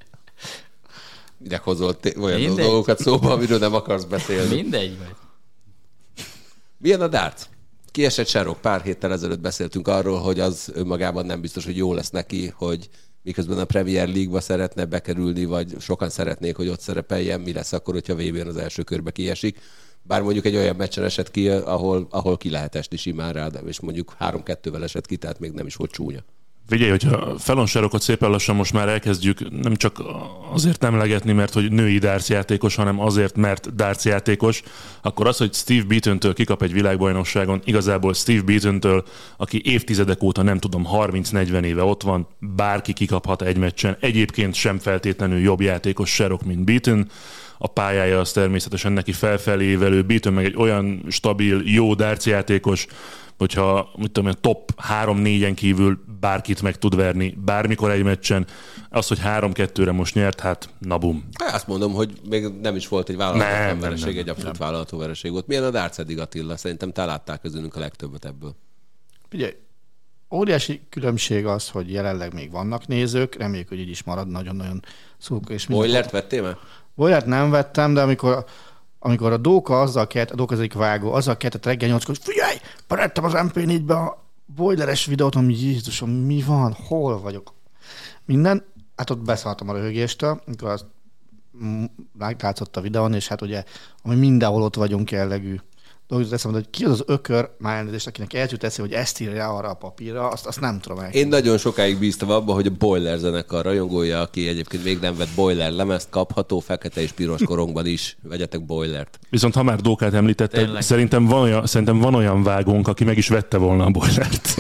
Minek hozol té- olyan Mindegy. dolgokat szóba, amiről nem akarsz beszélni. Mindegy vagy. Milyen a darts? Kiesett Serok, pár héttel ezelőtt beszéltünk arról, hogy az önmagában nem biztos, hogy jó lesz neki, hogy miközben a Premier League-ba szeretne bekerülni, vagy sokan szeretnék, hogy ott szerepeljen, mi lesz akkor, hogyha vé bén az első körbe kiesik. Bár mondjuk egy olyan meccsen esett ki, ahol, ahol ki lehet esni simán rá, de és mondjuk három-kettővel esett ki, tehát még nem is volt csúnya. Figyelj, hogyha Felon Serokot szépen lassan most már elkezdjük nem csak azért emlegetni, mert hogy női darts játékos, hanem azért, mert darts játékos, akkor az, hogy Steve Beaton-től kikap egy világbajnokságon, igazából Steve Beaton-től, aki évtizedek óta, nem tudom, harminc-negyven éve ott van, bárki kikaphat egy meccsen. Egyébként sem feltétlenül jobb játékos Serok, mint Beaton. A pályája az természetesen neki felfelé évelő, Beaton meg egy olyan stabil, jó darts játékos, hogyha mit tudom, top három-négyen kívül bárkit meg tud verni bármikor egy meccsen. Az, hogy három-kettőre most nyert, hát nabum. Hát azt mondom, hogy még nem is volt egy vállalhatatlan Nem, nem, vereség, nem, egy abszolút vállalható vereség volt. Milyen a darts eddig, Attila? Szerintem te láttál közülünk a legtöbbet ebből. Figyelj, óriási különbség az, hogy jelenleg még vannak nézők, reméljük, hogy így is marad nagyon-nagyon szurkoló. És minden- Boilert vettél már? Boilert nem vettem, de amikor, amikor a Dóka azzal kelt, a Dóka az egyik vágó, azzal keltett reggel nyolckor, hogy figyelj, berettem az em pé négybe a boileres videót, ami Jézusom, mi van, hol vagyok? Minden, hát ott beszálltam a röhögéstől, amikor azt mm, látszott a videón, és hát ugye, ami mindenhol ott vagyunk jellegű dolgozott eszembe, hogy ki az az ökör, már elnézést, akinek eljut eszi, hogy ezt írja arra a papírra, azt, azt nem tudom el. Én nagyon sokáig bíztam abban, hogy a Boiler zenekar rajongója, aki egyébként még nem vett Boiler lemezt, kapható fekete és piros korongban is. Vegyetek Boilert. Viszont ha már Dókát említetted, Tényleg. szerintem van, olyan, szerintem van olyan vágónk, aki meg is vette volna a Boilert.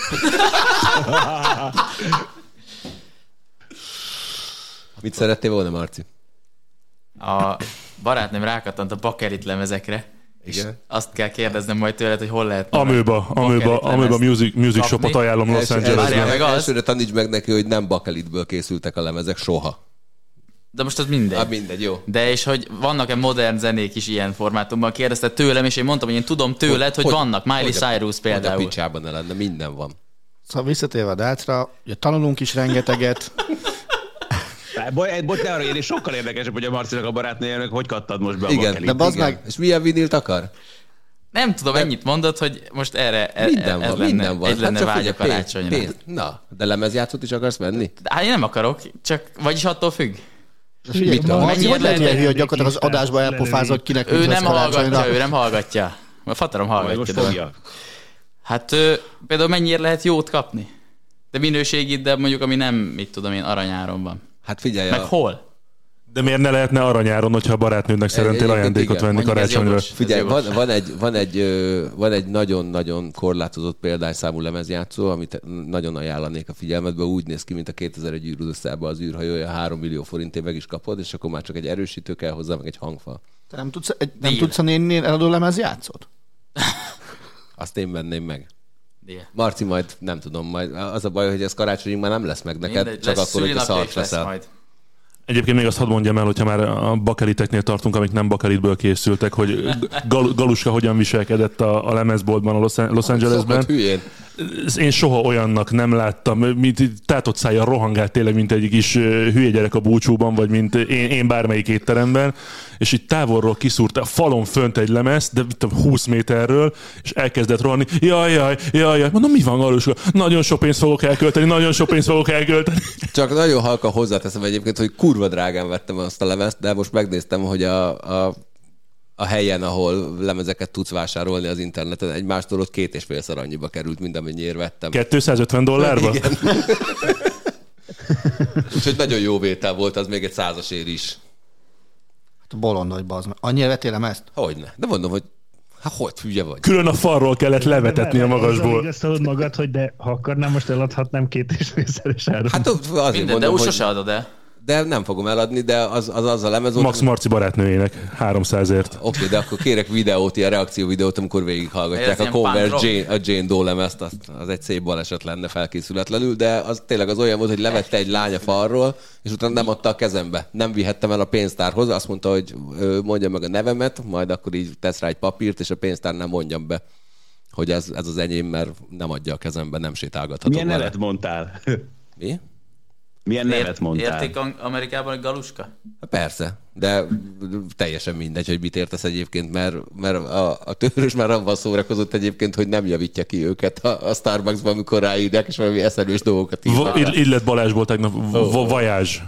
Mit szerettél volna, Marci? A barátnőm rákattant a bakerit lemezekre, és Igen. azt kell kérdeznem majd tőled, hogy hol lehet. Amőba, amőba, amőba music, music shopot ajánlom Los Első- Várjál Angelesben. meg az. Elsőre taníts meg neki, hogy nem bakelitből készültek a lemezek soha. De most az mindegy. Hát mindegy, jó. De és hogy vannak-e modern zenék is ilyen formátumban? Kérdezted tőlem, és én mondtam, hogy én tudom tőled, hogy, Hogy- vannak. Miley hogy a- Cyrus Hogy a például. picsában ne lenne, minden van. Szóval visszatérve a dácra, ugye tanulunk is rengeteget. Bocs, bocs, ne arra én, sokkal érdekesebb, hogy a Marcinak a barátnőjének hogy kattad most be a Igen, bakelit. de bazd meg, és milyen vinilt akar? Nem tudom, de... ennyit mondott, hogy most erre minden ez van, lenne, minden van. ez lenne Hát vágy a pénz, karácsonyra. pénz. Na, de lemezjátszót is akarsz venni? Hát én nem akarok, csak vagyis attól függ. Figyelj, hogy lehet ilyen hülye, hogy gyakorlatilag az adásba elpofázott kinek. Ő nem hallgatja, ő nem hallgatja. A fatarom hallgatja. Hát például mennyiért lehet jót kapni? De minőségit, de mondjuk ami nem, mit tudom én, aranyáron van. Hát figyelj. Meg a... hol? De miért ne lehetne aranyáron, hogyha a barátnődnek szeretnél ajándékot igen. venni karácsonyra? Figyelj, van, van, egy, van, egy, van egy nagyon-nagyon korlátozott példányszámú lemezjátszó, amit nagyon ajánlanék a figyelmetbe. Úgy néz ki, mint a kétezer-egy űrudaszában az űrhajója, három millió forintért meg is kapod, és akkor már csak egy erősítő kell hozzá, meg egy hangfal. Te nem tudsz, egy, nem tudsz a nénnél eladó lemezjátszót? Azt én venném meg. Yeah. Marci, majd nem tudom, majd az a baj, hogy ez karácsonyig már nem lesz meg neked, Mindegy, csak lesz, akkor, hogy a szart leszel. majd. Egyébként még azt hadd mondjam el, hogyha már a bakeliteknél tartunk, amik nem bakelitből készültek, hogy Gal- Galuska hogyan viselkedett a, a lemezboltban a Los, Los Angelesben. Én soha olyannak nem láttam, mint tátott szájjal rohangált tényleg, mint egy kis hülye gyerek a búcsúban, vagy mint én, én bármelyik étteremben, és így távolról kiszúrta a falon fönt egy lemez, de húsz méterről, és elkezdett rohanni. Jaj, jaj, jaj, jaj. Mondom, mi van, Galuska? Nagyon sok pénzt fogok elkölteni, nagyon sok pénzt fogok elkölteni. Csak nagyon halkan hozzáteszem egyébként, hogy kurva drágán vettem azt a lemezt, de most megnéztem, hogy a, a, a helyen, ahol lemezeket tudsz vásárolni az interneten, egymástól ott két és félszer annyiba került, mint amennyiért vettem. kétszázötven dollárba? Igen. Úgyhogy nagyon jó vétel volt, az még egy százasért is. Hát bolond vagy, bazd meg. Annyira vettél lemezt? Hogyne. De mondom, hogy hát hogy hülye vagy. Külön a falról kellett levetetni a magasból. Igazolod magad, hogy de ha akarnám, most eladhatnám két és félszeres áron. Hát azért Minden, mondom, de úgy hogy... sose adod el. De nem fogom eladni, de az az, az a lemez... Max Marci barátnőjének háromszázért. Oké, okay, de akkor kérek videót, ilyen reakcióvideót, amikor végighallgatják a cover Jane, a Jane Doe lemezt, az, az egy szép baleset lenne felkészületlenül, de az tényleg az olyan volt, hogy levette egy lány a falról, és utána nem adta a kezembe. Nem vihettem el a pénztárhoz, azt mondta, hogy mondja meg a nevemet, majd akkor így tesz rá egy papírt, és a pénztár nem mondjam be, hogy ez, ez az enyém, mert nem adja a kezembe, nem sétálgathatom. Milyen vele. nevet mondtál? Mi? Milyen Ért, nevet mondtál? Érték Amerikában egy Galuska? Persze, de teljesen mindegy, hogy mit értesz egyébként, mert, mert a, a törős már abban szórakozott egyébként, hogy nem javítja ki őket a, a Starbucksban, amikor ráírják, és valami eszelős dolgokat írnak. Va- illet Balázsból tegnap Oh. vajázs.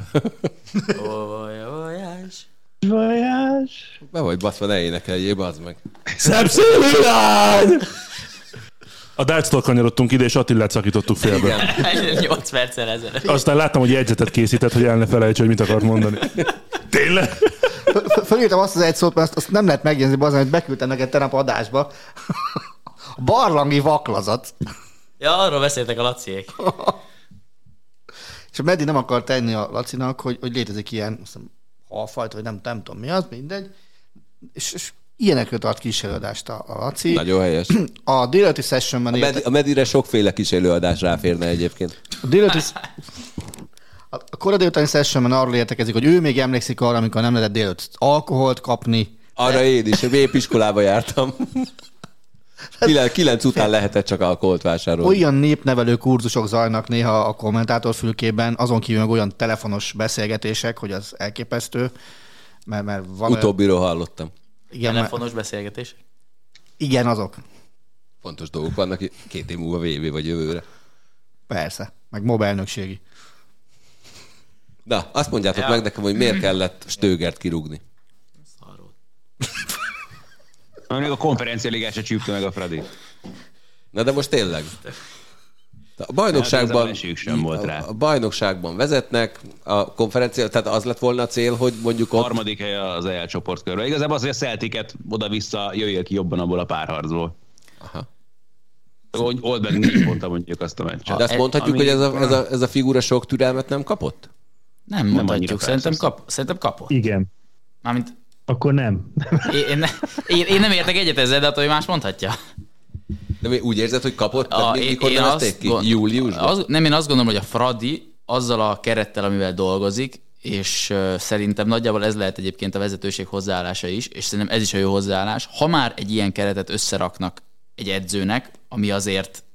Vajázs. Vajázs. Be vagy baszva, ne énekeljél, bazd meg. Szebb szívű lány! A Dáctól kanyarodtunk ide, és Attilát szakítottuk félbe. nyolc perccel ezelőtt. Aztán láttam, hogy jegyzetet készített, hogy el ne felejts, hogy mit akart mondani. Tényleg? Fölírtam azt az egy szót, mert azt, azt nem lehet megjegyzni, bazd, amit beküldtem neked tegnap adásba. A barlangi vaklazat. Ja, arról beszéltek a Laciék. És a Medi nem akar tenni a Lacinak, hogy, hogy létezik ilyen halfajta, vagy nem, nem tudom mi az, mindegy. És, és ilyenekről tart kísérőadást a, a Laci. Nagyon helyes. A délelőtti sessionben... A, med- a Medire sokféle kísérőadás ráférne egyébként. A délelőtti... A kora délutáni sessionben arról értekezik, hogy ő még emlékszik arra, amikor nem lehetett délelőtt alkoholt kapni. Arra én is, én épp iskolába jártam. Kilenc, kilenc után lehetett csak alkoholt vásárolni. Olyan népnevelő kurzusok zajnak néha a kommentátorfülkében, azon kívül meg olyan telefonos beszélgetések, hogy az elképesztő. Mert, mert van Utóbbiról hallottam. Igen, telefonos beszélgetés. Igen, azok. Fontos dolgok vannak, két év múlva vé vé vagy jövőre. Persze, meg mobilnökségi. Na, azt mondjátok Ja. meg nekem, hogy miért kellett Stögert kirúgni. Még a konferencialigát se csípte meg a Fradi. Na de most tényleg. A Hát bajnokságban, ez a sem volt rá. a, a bajnokságban vezetnek, a konferencia, tehát az lett volna a cél, hogy mondjuk ott... Harmadik hely az E L csoportkörben. Igazából az, hogy a Celticet oda-vissza jöjjél ki jobban abból a párharcból. Aha. Hogy old meg négy ponttal mondjuk azt a meccset. De azt mondhatjuk, ami- hogy ez a, ez, a, ez a figura sok türelmet nem kapott? Nem, annyira mondhatjuk, szerintem, felszesz. kap, szerintem kapott. Igen. Mármint Akkor nem. én, én, ne, én, én nem értek egyet ezzel, de attól, hogy más mondhatja. De mi úgy érzed, hogy kapott? A, A, én, mikor én nevezték azt ki? gond- Júliusban? Az, nem, én azt gondolom, hogy a Fradi azzal a kerettel, amivel dolgozik, és uh, szerintem nagyjából ez lehet egyébként a vezetőség hozzáállása is, és szerintem ez is a jó hozzáállás. Ha már egy ilyen keretet összeraknak egy edzőnek, ami azért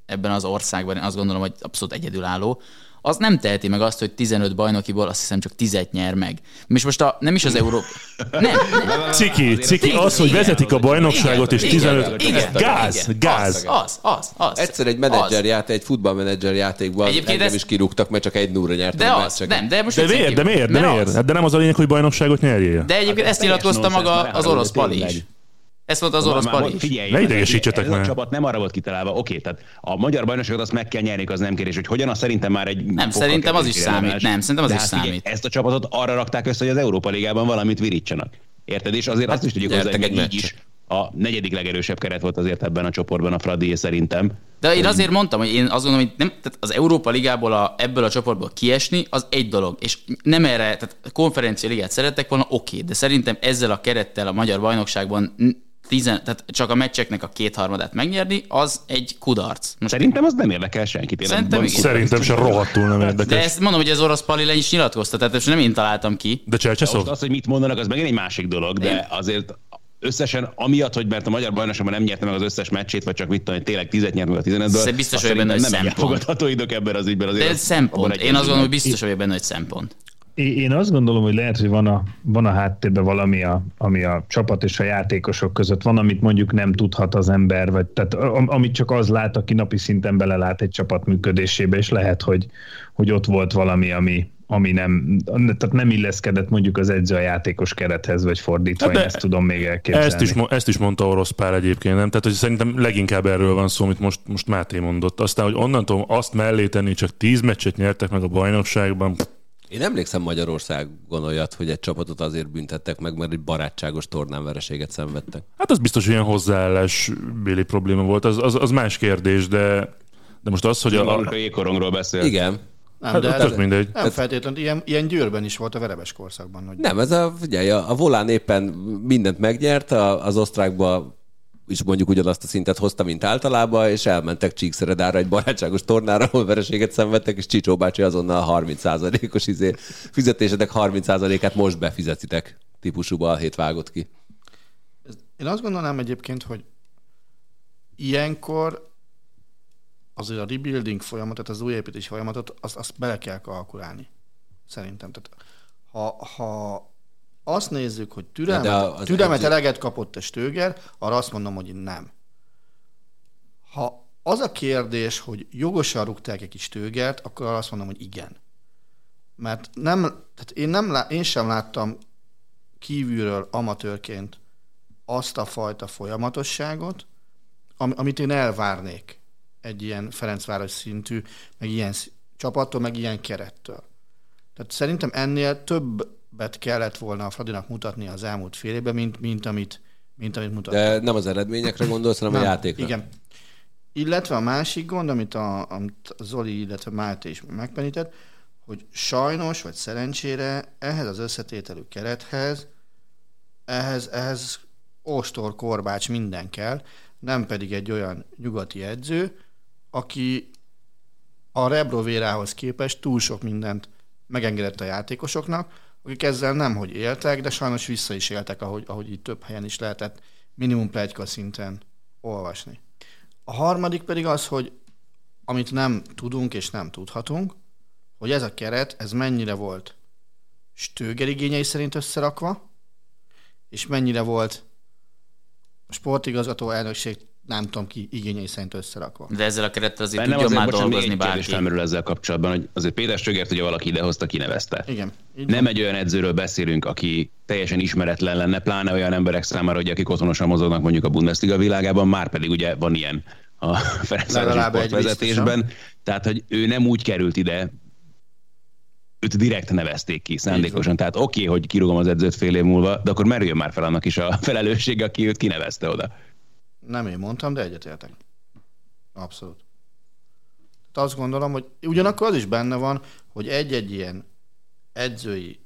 ebben az országban, én azt gondolom, hogy abszolút egyedülálló, az nem teheti meg azt, hogy tizenöt bajnokiból azt hiszem csak tízet nyer meg. És most a, nem is az Európa... Nem, nem. Ciki, ciki, az, hogy vezetik a bajnokságot, és tizenöt... Igen, gáz, igen, gáz. Az, az, az, az. Egyszer egy menedzserjáték, egy futballmenedzser játékban engem ez... is kirúgtak, mert csak egy nullra nyertem. De az, nem, de most... De miért, de miért, de miért? De nem az a lényeg, hogy bajnokságot nyerjél. De egyébként ezt nyilatkozta maga az orosz Pali is. Ezt volt az orosz Pali is. Figyelj, ne idegesítsetek ez meg. A csapat nem arra volt kitalálva, oké, tehát a magyar bajnokságot azt meg kell nyerni, az nem kérdés, hogy hogyan, az szerintem már egy... Nem, szerintem az is számít, nem, szerintem az is számít. Ezt a csapatot arra rakták össze, hogy az Európa Ligában valamit virítsanak. Érted? És azért azt is tudjuk hozzá, hogy így is a negyedik legerősebb keret volt azért ebben a csoportban a Fradi, szerintem. De én azért mondtam, hogy én azt gondolom, hogy nem, tehát az Európa Ligából a, ebből a csoportból kiesni, az egy dolog. És nem erre, tehát konferencia ligát szerettek volna, oké, de szerintem ezzel a kerettel a magyar bajnokságban tizen, tehát csak a meccseknek a kétharmadát megnyerni, az egy kudarc. Most szerintem az nem érdekel senkit. Én szerintem, nem szerintem sem rohadtul nem érdekes. De ezt mondom, hogy az orosz Pali le is nyilatkozta, tehát ezt nem én találtam ki. De Csercseszov? Most az, hogy mit mondanak, az megint egy másik dolog, de én... azért összesen, amiatt, hogy mert a magyar bajnokságban nem nyerte meg az összes meccsét, vagy csak mit tudom, tényleg tízet nyert meg a tizenötből. Biztos vagyok benne, hogy nem szempont. elfogadható idők ebben az ügyben. De ez szempont. Én azt gondolom, hogy biztos vagyok benne, hogy szempont. Én azt gondolom, hogy lehet, hogy van a, van a háttérben valami, a, ami a csapat és a játékosok között van, amit mondjuk nem tudhat az ember, vagy tehát amit csak az lát, aki napi szinten belelát egy csapat működésébe, és lehet, hogy, hogy ott volt valami, ami, ami nem, tehát nem illeszkedett mondjuk az edző a játékos kerethez, vagy fordítva, én ezt tudom még elképzelni. Ezt is, ezt is mondta Orosz Pál egyébként, nem? Tehát, hogy szerintem leginkább erről van szó, amit most, most Máté mondott. Aztán, hogy onnantól azt mellé tenni, csak tíz meccset nyertek meg a bajnokságban. Én emlékszem Magyarországon olyat, hogy egy csapatot azért büntettek meg, mert egy barátságos tornán vereséget szenvedtek. Hát az biztos, hogy ilyen hozzáállásbéli probléma volt, az, az, az más kérdés, de, de most az, hogy a... A jégkorongról beszél. Igen. Nem, hát, de ez, ez, mindegy. nem feltétlenül, ilyen, ilyen Győrben is volt a verebes korszakban. Hogy... Nem, ez a, figyelj, a, a Volán éppen mindent megnyert, a, az osztrákba is mondjuk ugyanazt a szintet hozta, mint általában, és elmentek Csíkszeredára egy barátságos tornára, ahol vereséget szenvedtek, és Csicsó bácsi azonnal harminc százalékos izé, fizetésedek harminc százalékát most befizetitek típusú balhét vágott ki. Én azt gondolnám egyébként, hogy ilyenkor azért a rebuilding folyamatot, az újépítés folyamatot, azt, azt bele kell kalkulálni. Szerintem. Tehát, ha, ha azt nézzük, hogy türelmet, türelmet edző... eleget kapott a Stöger, arra azt mondom, hogy nem. Ha az a kérdés, hogy jogosan rúgták egy kis Stögert, akkor arra azt mondom, hogy igen. Mert nem, tehát én, nem lá, én sem láttam kívülről amatőrként azt a fajta folyamatosságot, am, amit én elvárnék egy ilyen Ferencváros szintű, meg ilyen csapattól, meg ilyen kerettől. Tehát szerintem ennél többet kellett volna a Fradinak mutatni az elmúlt fél évben, mint, mint, amit, mint amit mutatni. De nem az eredményekre gondolsz, hanem nem, a játékra. Igen. Illetve a másik gond, amit a, amit a Zoli, illetve Máté is megpenített, hogy sajnos, vagy szerencsére ehhez az összetételű kerethez, ehhez, ehhez ostor, korbács, minden kell, nem pedig egy olyan nyugati edző, aki a Rebrovérához képest túl sok mindent megengedett a játékosoknak, akik ezzel nemhogy éltek, de sajnos vissza is éltek, ahogy, ahogy itt több helyen is lehetett minimum pletyka szinten olvasni. A harmadik pedig az, hogy amit nem tudunk és nem tudhatunk, hogy ez a keret, ez mennyire volt Stöger igényei szerint összerakva, és mennyire volt a sportigazgató elnökség, nem tudom ki, igényei szerint összerakva. De ezzel a kerettel azért Bennem tudjon azért, már bocsán, dolgozni bárki. Kérdés felmerül ezzel kapcsolatban, hogy azért Péter Stögert ugye valaki idehozta, kinevezte. Igen. Nem van. Egy olyan edzőről beszélünk, aki teljesen ismeretlen lenne, pláne olyan emberek számára, hogy akik otthonosan mozognak mondjuk a Bundesliga világában, már pedig ugye van ilyen a Ferencvárosi sportvezetésben. Tehát, hogy ő nem úgy került ide, őt direkt nevezték ki szándékosan. Tehát oké, okay, hogy kirúgom az edzőt fél év múlva, de akkor merüljön már fel annak is a felelőssége, aki őt kinevezte oda. Nem én mondtam, de egyetértek. Abszolút. Tehát azt gondolom, hogy ugyanakkor az is benne van, hogy egy-egy ilyen edzői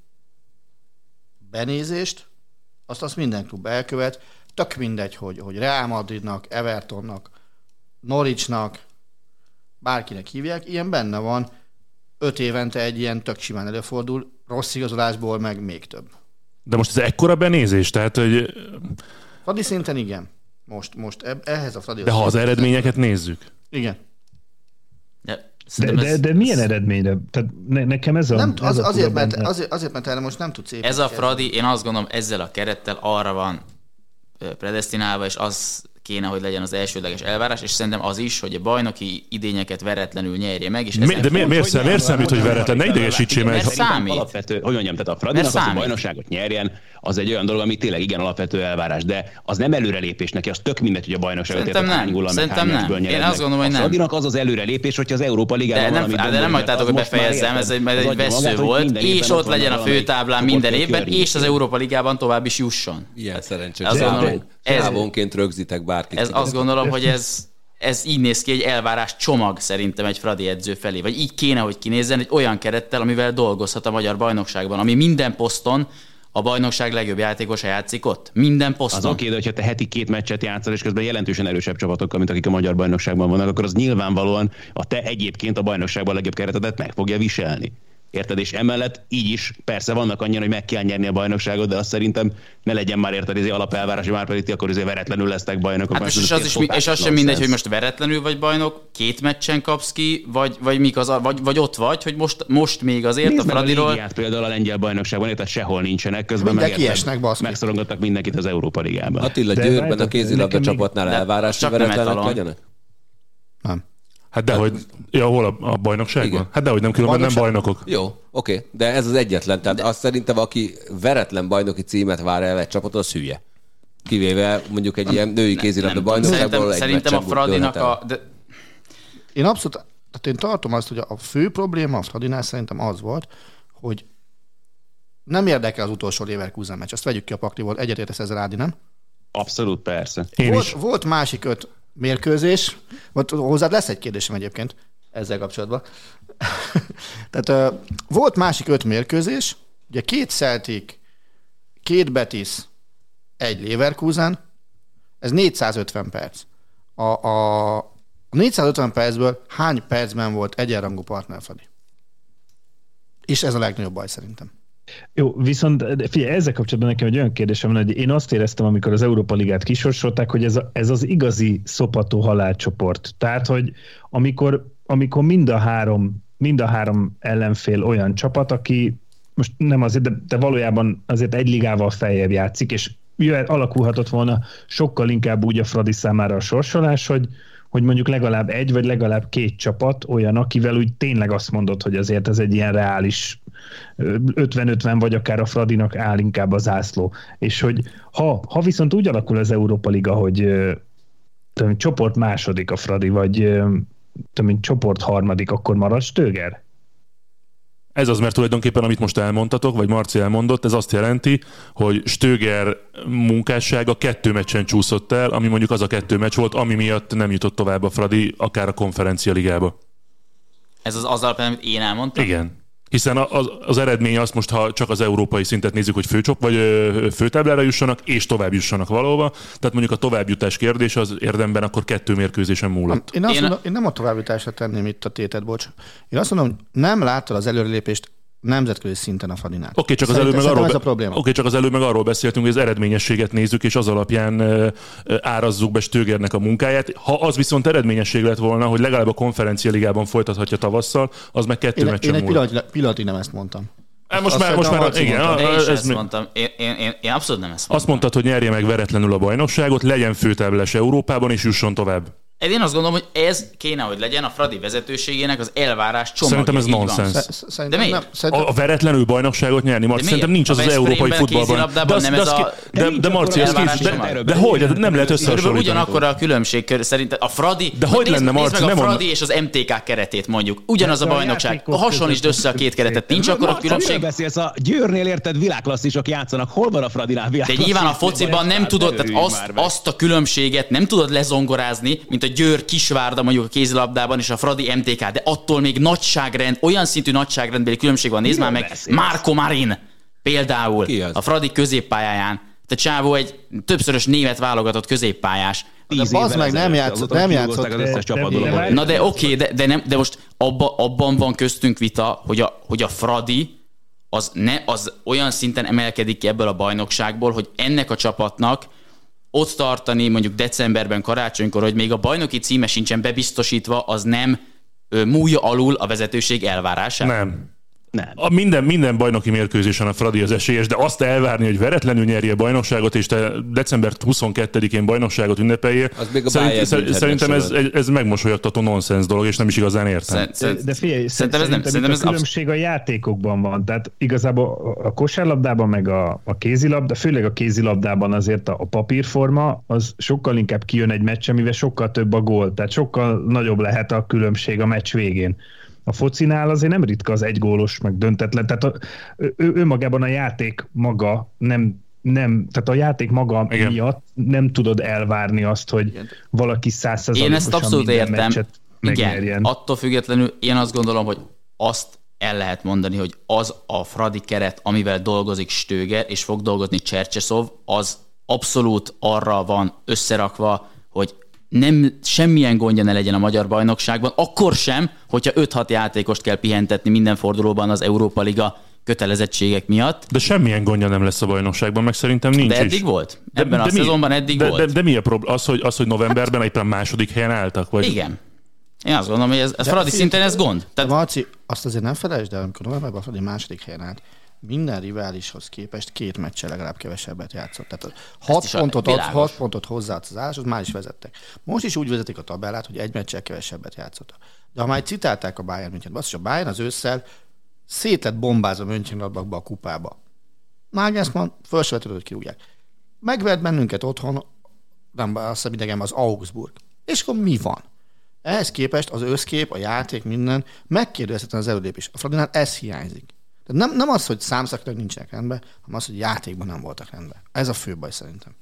benézést, azt, azt minden klub elkövet, tök mindegy, hogy, hogy Real Madridnak, Evertonnak, Norwichnak, bárkinek hívják, ilyen benne van, öt évente egy ilyen tök simán előfordul, rossz igazolásból meg még több. De most ez ekkora benézés, tehát, hogy... Fradi szinten igen. Most, most ehhez a Fradi... De ha az eredményeket nézzük. Igen. De, de, de milyen eredményre? Tehát ne, nekem ez a... Nem, ez az, a azért, benne. mert, azért, azért, mert erre most nem tudsz építeni. Ez a Fradi, én azt gondolom, ezzel a kerettel arra van predesztinálva, és az kéne, hogy legyen az elsődleges elvárás, és szerintem az is, hogy a bajnoki idényeket veretlenül nyerje meg. És Mi, de miért, miért, szem, miért számít, hogy veretlen? Ne idegesítsél meg. Mert számít. Alapvető, hogy mondjam, tehát a Fradinak az, hogy bajnokságot nyerjen, az egy olyan dolog, ami tényleg igen alapvető elvárás, de az nem előrelépés neki, az tök mindegy, hogy a bajnokságot szerintem nem. hány góllal, Szerintem meg hány nem. meccsből Én azt gondolom, hogy nem. A Fradinak az az előrelépés, hogyha az Európa Ligában de valami nem, de nem hagytátok, hogy befejezzem, ez egy, egy vesző volt, és ott legyen a főtáblán minden évben, és az Európa Ligában tovább is jusson. Ilyen szerencsés. Sávonként rögzitek bárkit. Ez azt gondolom, hogy ez ez így néz ki egy elvárás csomag szerintem egy Fradi edző felé, vagy így kéne, hogy kinézzen egy olyan kerettel, amivel dolgozhat a magyar bajnokságban, ami minden poszton a bajnokság legjobb játékosa játszik ott. Minden poszton. Az oké, de hogyha te heti két meccset játszol, és közben jelentősen erősebb csapatokkal, mint akik a magyar bajnokságban vannak, akkor az nyilvánvalóan a te egyébként a bajnokságban a legjobb keretedet meg fogja viselni. Érted? És emellett így is persze vannak annyian, hogy meg kell nyerni a bajnokságot, de azt szerintem ne legyen már érted, ez alapelvárás, hogy már pedig ti akkor azért veretlenül lesztek bajnokok. Hát és az, is, és az sem mindegy, hogy most veretlenül vagy bajnok, két meccsen kapsz ki, vagy, vagy, mik az, vagy, vagy ott vagy, hogy most, most még azért nézd a Fradiról... Nézd meg a Ligiát például a lengyel bajnokságban, érted, sehol nincsenek, közben Mindenki kiesnek, baszki. megszorongattak mindenkit az Európa Ligában. Attila, Győrben a kézilabda csapatnál még... elvárás, hogy veretlenek legyenek? Nem. Hát dehogy, ja, hol a, a bajnokságban? Igen. Hát dehogy nem, különben nem bajnokok. Jó, oké, de ez az egyetlen. Tehát de... azt szerintem, aki veretlen bajnoki címet vár el egy csapat, az hülye. Kivéve mondjuk egy ilyen női kézilabda bajnokságból egy szerintem a Fradinak a... De... Én abszolút, tehát én tartom azt, hogy a fő probléma a Fradinál szerintem az volt, hogy nem érdekel az utolsó Leverkusen meccs. Azt vegyük ki a pakliból. Egyetértesz ezzel, Ádi, nem? Abszolút, persze. Én volt, is. volt másik öt mérkőzés. Hozzád lesz egy kérdésem egyébként ezzel kapcsolatban. Tehát uh, volt másik öt mérkőzés, ugye két Celtic, két Betis, egy Leverkusen, ez négyszázötven perc. A, a, a négyszázötven percből hány percben volt egyenrangú partner Fradi? És ez a legnagyobb baj szerintem. Jó, viszont figyelj, ezzel kapcsolatban nekem egy olyan kérdésem van, hogy én azt éreztem, amikor az Európa Ligát kisorsolták, hogy ez, a, ez az igazi szopató halálcsoport. Tehát, hogy amikor, amikor mind a három, mind a három ellenfél olyan csapat, aki most nem azért, de, de valójában azért egy ligával feljebb játszik, és jöhet, alakulhatott volna sokkal inkább úgy a Fradi számára a sorsolás, hogy hogy mondjuk legalább egy, vagy legalább két csapat olyan, akivel úgy tényleg azt mondod, hogy azért ez egy ilyen reális ötven-ötven, vagy akár a Fradinak áll inkább a zászló. És hogy ha, ha viszont úgy alakul az Európa Liga, hogy tudom, csoport második a Fradi, vagy tudom, csoport harmadik, akkor marad Stöger? Ez az, mert tulajdonképpen, amit most elmondtatok, vagy Marci elmondott, ez azt jelenti, hogy Stöger munkássága kettő meccsen csúszott el, ami mondjuk az a kettő meccs volt, ami miatt nem jutott tovább a Fradi, akár a Konferencia Ligába. Ez az az alapján, amit én elmondtam? Igen. Hiszen az, az eredmény azt most, ha csak az európai szintet nézzük, hogy főcsop, vagy főtáblára jussanak, és tovább jussanak valahova. Tehát mondjuk a továbbjutás kérdés az érdemben akkor kettő mérkőzésen múlott. Én, azt én... Mondom, én nem a továbbjutásra tenném itt a tétet, bocs. Én azt mondom, hogy nem láttad az előrelépést nemzetközi szinten a Fadinál. Oké, csak, be... okay, csak az előbb meg arról beszéltünk, hogy az eredményességet nézzük, és az alapján uh, árazzuk be Stögernek a munkáját. Ha az viszont eredményesség lett volna, hogy legalább a Konferencia Ligában folytathatja tavasszal, az meg kettő én, meccsen Én egy múlott. pillanatig nem ezt mondtam. Most azt már, most már, igen. Mondtam. Én is ez ezt mi... mondtam. Én, én, én, én abszolút nem ezt mondtam. Azt mondtad, hogy nyerje meg veretlenül a bajnokságot, legyen főtáblás Európában, és jusson tovább. Én azt gondolom, hogy ez kéne, hogy legyen a Fradi vezetőségének az elvárás csomagja. Szerintem ez nonsens. De miért? Nem, szerintem... A veretlenül bajnokságot nyerni, Marci, szerintem nincs az az európai futballban. De, nem ez a... de, de Marci, ez kész, de, de hogy? Nem lehet összehasonlítani. Ugyanakkor a különbség szerint a Fradi... De hogy lenne, Marci? Nézd meg a Fradi és az em té ká keretét mondjuk. Ugyanaz a bajnokság. Hasonlítsd össze a két keretet. Nincs akkor a különbség. Beszélsz, a Győrnél érted, világklasszisok játszanak. Hol van a Fradinál világklasszis? De nyilván a fociban nem tudod, tehát azt a különbséget nem tudod lezongorázni, mint a Győr Kisvárda mondjuk a kézilabdában és a Fradi em té ká, de attól még nagyságrend, olyan szintű nagyságrendbeli különbség van. Nézd már meg, Marco Marin például a Fradi középpályáján. Te csávó egy többszörös német válogatott középpályás. De bazd meg, nem játszott, nem játszott. Na de oké, de, de, nem, de most abba, abban van köztünk vita, hogy a, hogy a Fradi az, ne, az olyan szinten emelkedik ki ebből a bajnokságból, hogy ennek a csapatnak ott tartani mondjuk decemberben, karácsonykor, hogy még a bajnoki címe sincsen bebiztosítva, az nem múlja alul a vezetőség elvárását? Nem. Nem. A minden, minden bajnoki mérkőzésen a Fradi az esélyes, de azt elvárni, hogy veretlenül nyerje a bajnokságot, és te december huszonkettedikén bajnokságot ünnepeljél, szerint, szerint, szerintem ez, ez megmosolyogtató nonsens dolog, és nem is igazán értem. Szerint, szerint, de figyelj, szerintem ez nem, szerintem ez a különbség a játékokban van. Tehát igazából a kosárlabdában, meg a, a kézilabda, főleg a kézilabdában azért a, a papírforma, az sokkal inkább kijön egy meccsen, mivel sokkal több a gól. Tehát sokkal nagyobb lehet a különbség a meccs végén. A focinál azért nem ritka az egygólos, meg döntetlen. Tehát a, ő, ő magában a játék maga nem, nem tehát a játék maga Igen. miatt nem tudod elvárni azt, hogy Igen. valaki száz százalékosan Én ezt abszolút értem. Igen, Igen, attól függetlenül én azt gondolom, hogy azt el lehet mondani, hogy az a Fradi keret, amivel dolgozik Stöger, és fog dolgozni Csercseszov, az abszolút arra van összerakva, hogy nem, semmilyen gondja ne legyen a magyar bajnokságban, akkor sem, hogyha öt-hat játékost kell pihentetni minden fordulóban az Európa Liga kötelezettségek miatt. De semmilyen gondja nem lesz a bajnokságban, meg szerintem nincs de eddig is. volt. Ebben de, de a mi, szezonban eddig de, volt. De, de mi a probléma? Az, hogy, az, hogy novemberben éppen második helyen álltak? Vagy? Igen. Én azt gondolom, hogy ez, ez Fradi szinten ez gond. Tehát... Marci, azt azért nem felejtsd el, amikor novemberben a Fradi második helyen állt, minden riválishoz képest két meccsel legalább kevesebbet játszott. Tehát hat pontot, ad, hat pontot hozzáadsz az álláshoz, már is vezettek. Most is úgy vezetik a tabellát, hogy egy meccsel kevesebbet játszottak. De ha már citálták a Bayern München, azt is a Bayern az ősszel szét lett bombázva Mönchengladbachba a kupába. Nagelsmann föl se vetődött, hogy kirúgják. Megvert bennünket otthon, nem, azt hiszem idegenben az Augsburg. És akkor mi van? Ehhez képest az összkép, a játék, minden megkérdezhetetlen az előlépés. A Fradinál ez hiányzik. Tehát nem, nem az, hogy számszakilag nincsenek rendben, hanem az, hogy játékban nem voltak rendben. Ez a fő baj szerintem.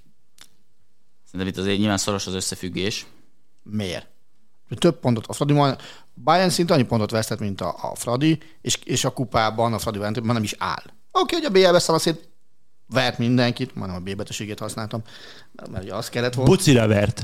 Szerintem itt azért nyilván szoros az összefüggés. Miért? Több pontot. A Fradi majd Bayern szinte annyi pontot vesztett, mint a, a Fradi, és, és a kupában a Fradi már nem is áll. Oké, okay, hogy a bé el-be szanaszét vert mindenkit, majdnem a B-betűségét használtam, mert ugye az kellett volna. Bucira vert.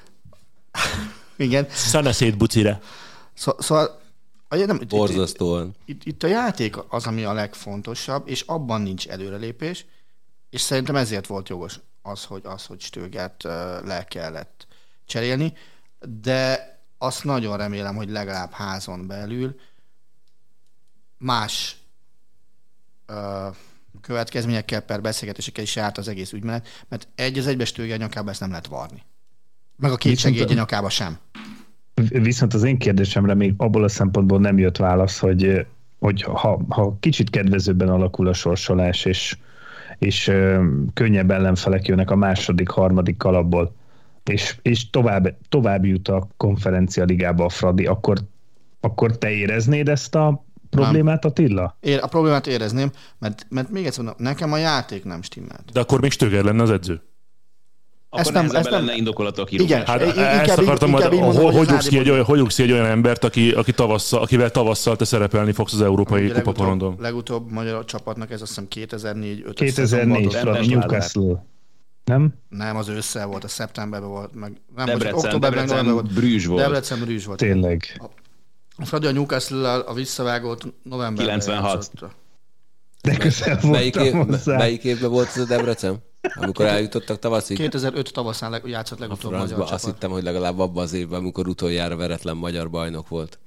Igen. Szanaszét bucira. Szó, szóval nem, borzasztóan. Itt, itt, itt a játék az, ami a legfontosabb, és abban nincs előrelépés, és szerintem ezért volt jogos az, hogy, az, hogy Stögert uh, le kellett cserélni, de azt nagyon remélem, hogy legalább házon belül más uh, következményekkel, per beszélgetésekkel is járt az egész ügymenet, mert egy az egybe Stöger nyakába ezt nem lehet varni. Meg a két segédje nyakába sem. Viszont az én kérdésemre még abból a szempontból nem jött válasz, hogy, hogy ha, ha kicsit kedvezőbben alakul a sorsolás, és, és ö, könnyebb ellenfelek jönnek a második, harmadik kalapból, és, és tovább, tovább jut a konferencia ligába a Fradi, akkor, akkor te éreznéd ezt a problémát, Attila? Én a problémát érezném, mert, mert még egyszer mondom, nekem a játék nem stimmelt. De akkor még Stöger lenne az edző? Akkor nem, ez nem lenne indokolata a kirúgás. Igen, hát inkább, ezt akartam, inkább hogy, mondom, hogy, hogy, rúgsz egy olyan, hogy rúgsz egy olyan embert, aki, aki tavasszal, akivel tavasszal te szerepelni fogsz az európai kupaporondon. Legutóbb, legutóbb magyar csapatnak ez azt hiszem kétezer-négy öt kétezer-négy Newcastle. Nem? Nem, az ősszel volt, a szeptemberben volt, meg nem, Debrecen, Debrecen, Brüzs volt. Debrecen, Brüzs volt. Tényleg. A Fradi a Newcastle-lel a visszavágót novemberben kilencvenhat. De közel melyik, év, hozzá. melyik évben volt ez a Debrecen? Amikor eljutottak tavaszig? kétezer-öt tavaszán játszott legutóbb magyar csapat. Azt hittem, hogy legalább abban az évben, amikor utoljára veretlen magyar bajnok volt.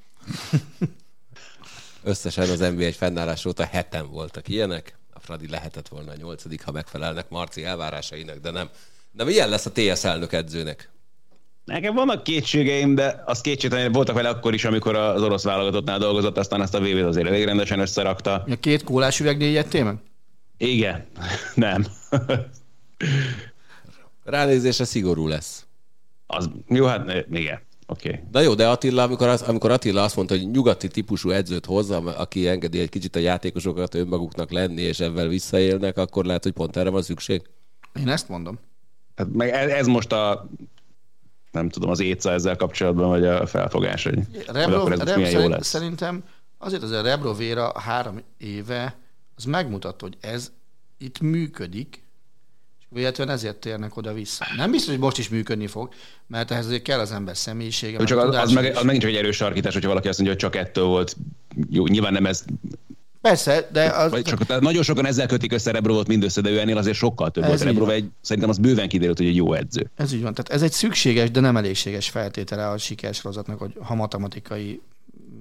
Összesen az en bé egy fennállás óta heten voltak ilyenek. A Fradi lehetett volna a nyolcadik, ha megfelelnek Marci elvárásainak, de nem. De milyen lesz a té es elnök edzőnek? Nekem vannak kétségeim, de az kétségtelen voltak vele akkor is, amikor az orosz válogatottnál dolgozott, aztán ezt a vé bét azért elég rendesen összerakta. A két kólás üvegnél ijedtél meg? Igen. Nem. Ránézésre szigorú lesz. Az, jó, hát igen. Oké. Okay. Na jó, de Attila, amikor, az, amikor Attila azt mondta, hogy nyugati típusú edzőt hozza, aki engedi egy kicsit a játékosokat önmaguknak lenni, és ebben visszaélnek, akkor lehet, hogy pont erre van szükség? Én ezt mondom. Hát meg ez most a nem tudom, az éca ezzel kapcsolatban, vagy a felfogás, hogy, Rebro, hogy akkor ez Reb, milyen szerint, jó lesz. Szerintem azért az a Rebro Véra három éve az megmutatta, hogy ez itt működik, és véletlenül ezért térnek oda-vissza. Nem biztos, hogy most is működni fog, mert ehhez azért kell az ember személyisége. Csak az, az, meg, az megint csak egy erős sarkítás, hogyha valaki azt mondja, hogy csak ettől volt. Jó, nyilván nem ez... Persze, de... Az... Csak, nagyon sokan ezzel kötik össze Rebrovot mindössze, de ő ennél azért sokkal több ez volt. Rebrov egy, szerintem az bőven kiderült, hogy egy jó edző. Ez így van. Tehát ez egy szükséges, de nem elégséges feltétele a sikersorozatnak, hogy ha matematikai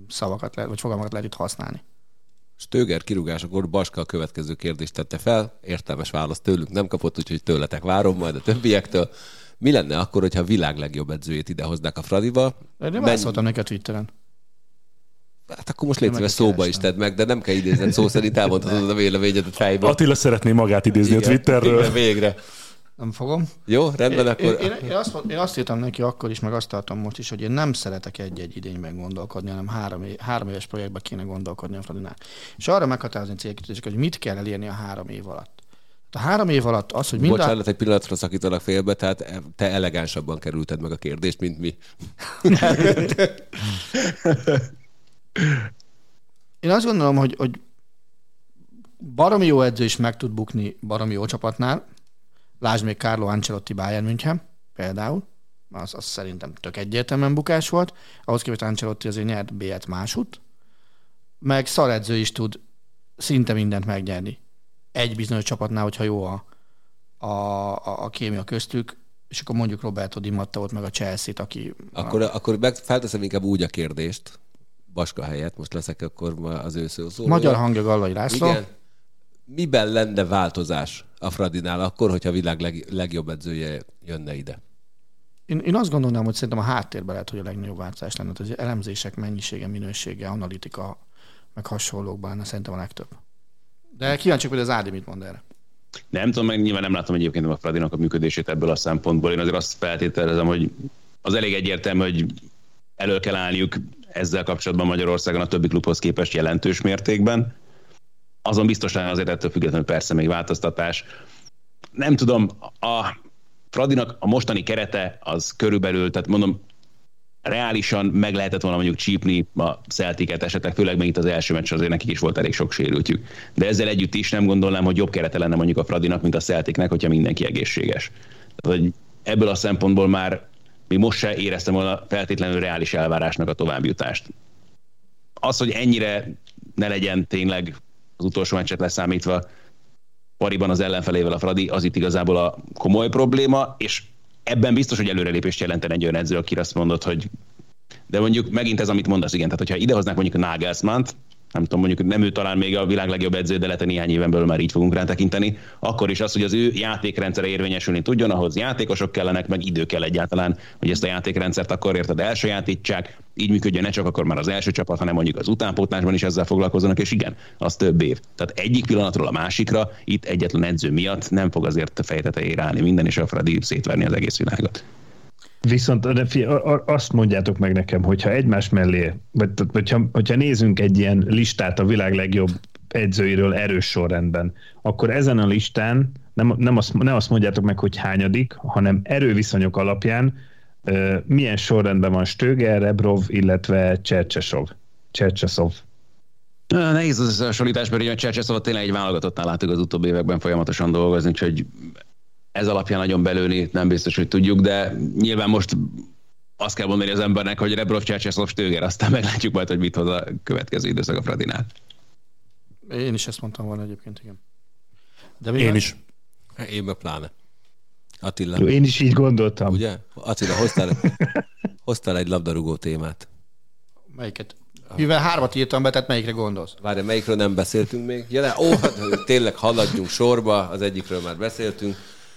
szavakat lehet, vagy fogalmakat lehet itt használni. Stöger kirúgásakor Baska a következő kérdést tette fel, értelmes választ tőlünk nem kapott, úgyhogy tőletek várom majd a többiektől. Mi lenne akkor, hogyha a világ legjobb edzőjét idehoznák a Fradiba? Én nem válaszoltam neki a Twitteren. Hát akkor most légy szíves szóba is tedd meg, de nem kell idézned szó szerint, elmondhatod a véleményedet fejből. Attila szeretné magát idézni igen, a Twitterről. Igen, végre. Nem fogom. Jó, rendben én, akkor. Én, én, azt, én azt írtam neki akkor is, meg azt tartom most is, hogy én nem szeretek egy-egy idényben gondolkodni, hanem három, é- három éves projektben kéne gondolkodni a Fradinál. És arra meghatározni célkitűzések, hogy mit kell elérni a három év alatt. A három év alatt az, hogy minden... Bocsánat, egy pillanatra szakítanak félbe, tehát te elegánsabban kerülted meg a kérdést, mint mi. Én azt gondolom, hogy, hogy baromi jó edző is meg tud bukni baromi jó csapatnál. Lásd még Carlo Ancelotti Bayern München például. Az, az szerintem tök egyértelműen bukás volt. Ahhoz képest Ancelotti azért nyert bé et másút. Meg szaredző is tud szinte mindent megnyerni. Egy bizonyos csapatnál, hogyha jó a, a, a, a kémia köztük, és akkor mondjuk Roberto Di Matteót, meg a Chelsea-t, aki... Akkor, a... akkor meg felteszem inkább úgy a kérdést, Baska helyett, most leszek akkor az ő szó. Magyar hangja Gallai László. Igen. Miben lenne változás a Fradinál akkor, hogyha a világ leg, legjobb edzője jönne ide? Én, én azt gondolnám, hogy szerintem a háttérben lehet, hogy a legnagyobb változás lenne. Az elemzések mennyisége, minősége, analitika, meg hasonlókban lenne szerintem a legtöbb. De kíváncsiak, hogy az Ádi mit mond erre. Nem tudom, meg nyilván nem látom egyébként a Fradinak a működését ebből a szempontból. Én azért azt feltételezem, hogy az elég egyértelmű, hogy elő kell állniuk ezzel kapcsolatban Magyarországon a többi klubhoz képest jelentős mértékben. Azon biztos lenne azért ettől függetlenül persze még változtatás. Nem tudom, a Fradinak a mostani kerete az körülbelül, tehát mondom, reálisan meg lehetett volna mondjuk csípni a Celticet esetleg, főleg még itt az első meccs azért nekik is volt elég sok sérültjük. De ezzel együtt is nem gondolnám, hogy jobb kerete lenne mondjuk a Fradinak, mint a Celticnek, hogyha mindenki egészséges. Tehát, hogy ebből a szempontból már még most se éreztem volna feltétlenül reális elvárásnak a továbbjutást. Az, hogy ennyire ne legyen tényleg az utolsó meccset leszámítva pariban az ellenfelével a Fradi, az itt igazából a komoly probléma, és ebben biztos, hogy előrelépést jelentene egy olyan edző, akire azt mondod, hogy de mondjuk megint ez, amit mondasz, igen, tehát hogyha idehoznák mondjuk a Nagelsmannt, nem tudom, mondjuk nem ő talán még a világ legjobb edző, de lehet, néhány éven belül már így fogunk rá tekinteni, akkor is az, hogy az ő játékrendszere érvényesülni tudjon, ahhoz játékosok kellenek, meg idő kell egyáltalán, hogy ezt a játékrendszert akkor érted elsajátítsák, így működjön, ne csak akkor már az első csapat, hanem mondjuk az utánpótlásban is ezzel foglalkozzanak, és igen, az több év. Tehát egyik pillanatról a másikra itt egyetlen edző miatt nem fog azért fejtetejére állni minden, és a Fradi szétverni az egész világot. Viszont de fi, azt mondjátok meg nekem, hogyha egymás mellé, vagy hogyha, hogyha nézünk egy ilyen listát a világ legjobb edzőiről erős sorrendben, akkor ezen a listán nem, nem, azt, nem azt mondjátok meg, hogy hányadik, hanem erőviszonyok alapján uh, milyen sorrendben van Stöger, Rebrov, illetve Csercsesov. Csercsesov. Nehéz az összehasonlítás, mert ugye a Csercseszovat tényleg egy válogatottnál láttuk az utóbbi években folyamatosan dolgozni, úgyhogy ez alapján nagyon belőni nem biztos, hogy tudjuk, de nyilván most azt kell mondani az embernek, hogy Rebrov, Csercseszov, Stöger, aztán meglátjuk majd, hogy mit hoz a következő időszak a Fradinál. Én is ezt mondtam volna egyébként, igen. De Én is. Én meg pláne. Attila. Jó, én is így gondoltam. Ugye? Attila, hoztál, hoztál egy labdarúgó témát. Melyiket? Mivel hármat írtam be, tehát melyikre gondolsz? Várj, melyikről nem beszéltünk még? Ja, de, ó, hát tényleg haladjunk sorba, az egyikről már beszéltünk.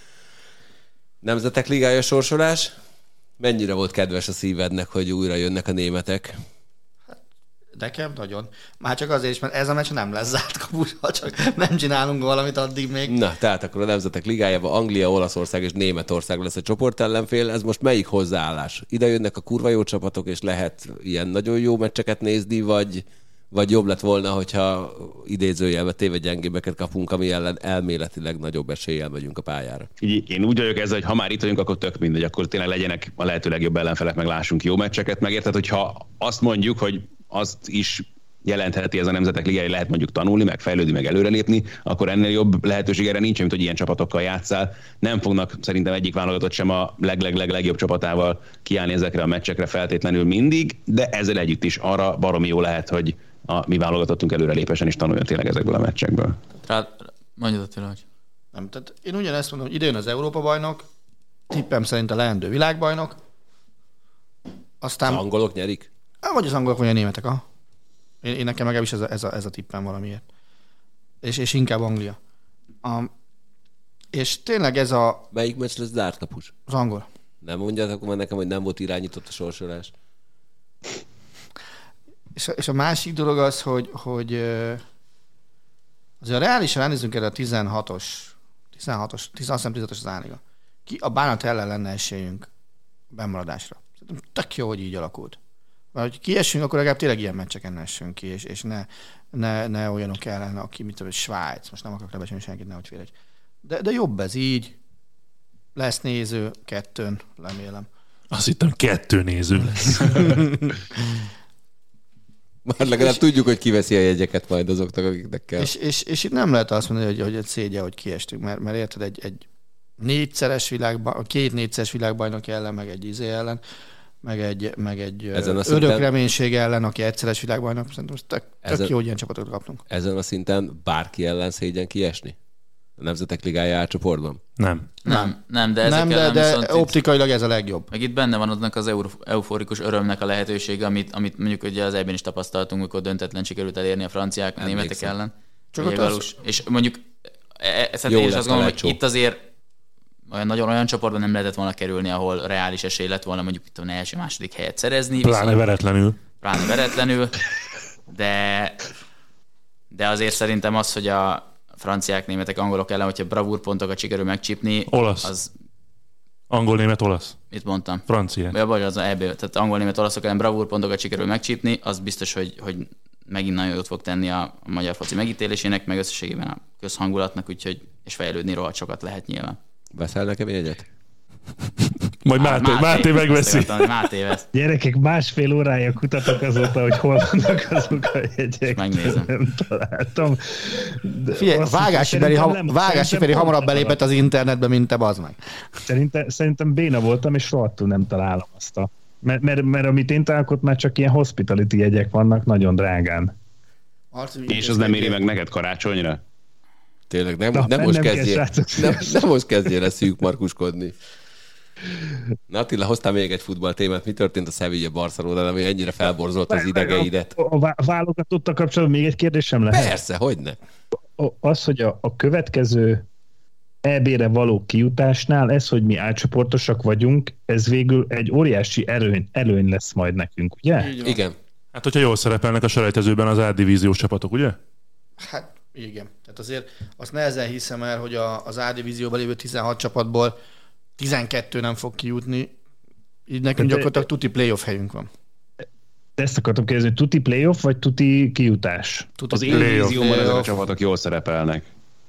Nemzetek Ligája sorsolás. Mennyire volt kedves a szívednek, hogy újra jönnek a németek? Nekem nagyon. Már csak azért is, mert ez a meccs nem lesz zárt kapus, ha csak nem csinálunk valamit addig még. Na, tehát akkor a Nemzetek Ligájában Anglia, Olaszország és Németország lesz a csoportellenfél. Ez most melyik hozzáállás? Ide jönnek a kurva jó csapatok, és lehet ilyen nagyon jó meccseket nézni, vagy, vagy jobb lett volna, hogyha idézőjelbe téve gyengébbeket kapunk, ami ellen elméletileg nagyobb eséllyel megyünk a pályára. Így, én úgy vagyok ezzel, hogy ha már itt vagyunk, akkor tök mindegy, akkor tényleg legyenek a lehető legjobb ellenfelek, meg lássunk jó meccseket, megérted, hogyha azt mondjuk, hogy azt is jelentheti ez a Nemzetek Ligája, lehet mondjuk tanulni, meg fejlődni, meg előrelépni, akkor ennél jobb lehetőség erre nincs, mint hogy ilyen csapatokkal játszál. Nem fognak szerintem egyik válogatott sem a leg-leg-leg-legjobb csapatával kiállni ezekre a meccsekre feltétlenül mindig, de ezzel együtt is arra baromi jó lehet, hogy a mi válogatottunk előrelépesen is tanuljon tényleg ezekből a meccsekből. Rá, mondjad Attila, hogy... Nem, tehát én ugyanezt mondom, hogy idejön az Európa-bajnok, tippem szerint a leendő világbajnok, aztán... Az angolok nyerik? Vagy az angolok, vagy a németek, ah. Én, én nekem legalábbis ez a, ez a, ez a tippem valamiért. És, és inkább Anglia. A, és tényleg ez a... Melyik meccs lesz zárt kapus? Az angol. Nem mondjátok már nekem, hogy nem volt irányított a sorsolás. És a, és a másik dolog az, hogy, hogy azért a reálisan elnézzünk erre a tizenhatos, tizenhatos, tizenhatos az Áliga. Ki a Bánat ellen lenne esélyünk a bennmaradásra. Szerintem tök jó, hogy így alakult. Mert hogy kiessünk, akkor legalább tényleg ilyen meccseken essünk ki, és, és ne, ne, ne olyanok ellen, aki, mit tudom, Svájc, most nem akarok lebesélni senkit, nehogy félregy. De, de jobb ez így. Lesz néző, kettőn, remélem. Azt hittem, kettő néző lesz. Már legalább és, tudjuk, hogy kiveszi a jegyeket majd azoknak, akiknek kell. És, és, és itt nem lehet azt mondani, hogy, hogy egy szégyen, hogy kiestünk, mert, mert érted, egy, egy négyszeres világban, két négyszeres világbajnok ellen, meg egy izé ellen, meg egy, meg egy örök szinten... reménység ellen, aki egyszeres világbajnok, szerintem tök, tök ezen, jó, hogy ilyen csapatokat kaptunk. Ezen a szinten bárki ellen szégyen kiesni? A Nemzetek Ligája átcsoportban? Nem. Nem, nem, de ezek nem, de, ellen de viszont optikailag ez a legjobb. Meg itt benne van aznak az euforikus örömnek a lehetősége, amit, amit mondjuk ugye az ebben is tapasztaltunk, amikor döntetlen sikerült elérni a franciák, a németek ellen. Csak ott az... És mondjuk ezt én is azt gondolom, hogy itt azért olyan nagyon olyan csoportban nem lehetett volna kerülni, ahol reális esély lett volna mondjuk itt a első, második helyet szerezni. Pláne veretlenül. Pláne veretlenül. De, de azért szerintem az, hogy a franciák, németek, angolok ellen, hogyha bravúrpontokat sikerül megcsípni, olasz. Az... Angol, német, olasz. Mit mondtam? Francia. Ja, vagy az é bé, tehát angol, német, olaszok ellen bravúrpontokat sikerül megcsípni, az biztos, hogy, hogy megint nagyon jót fog tenni a, a magyar foci megítélésének, meg összességében a közhangulatnak, úgyhogy és fejlődni rohadt sokat lehet nyilván. Veszel nekem jegyet? Majd Máté, Máté, Máté megveszi. Máté vesz. Gyerekek, másfél órája kutatok azóta, hogy hol vannak azok a jegyek. Megnézem. Nem találtam. Figyelj, Vágási Feri, ham, Vágási Feri hamarabb belépett az internetbe, mint te, bazd meg. Szerintem, szerintem béna voltam, és rohadtul nem találom azt a... Mert, mert, mert amit én találok, ott már csak ilyen hospitality jegyek vannak, nagyon drágán. És az nem éri meg neked karácsonyra? Tényleg, nem, Na, nem, most nem, kezdjél, nem, nem most kezdjél el szűk markuskodni. Na Attila, hoztál még egy futballtémát. Mi történt a Sevilla Barcelona, ami ennyire felborzolt az idegeidet? A, a válogatottal kapcsolatban még egy kérdésem lehet? Persze, hogyne. Az, hogy a, a következő é bé-re való kijutásnál, ez, hogy mi átcsoportosak vagyunk, ez végül egy óriási előny, előny lesz majd nekünk, ugye? Igen. Hát, hogyha jól szerepelnek a selejtezőben az A-divíziós csapatok, ugye? Hát igen. Tehát azért azt nehezen hiszem el, hogy a, az A-divízióban lévő tizenhat csapatból tizenkettő nem fog kijutni. Így nekünk de, gyakorlatilag tuti playoff helyünk van. Ezt akartam kérdezni, tuti playoff, vagy tuti kijutás? Tuti az A-divízióban ezek a csapatok jól szerepelnek.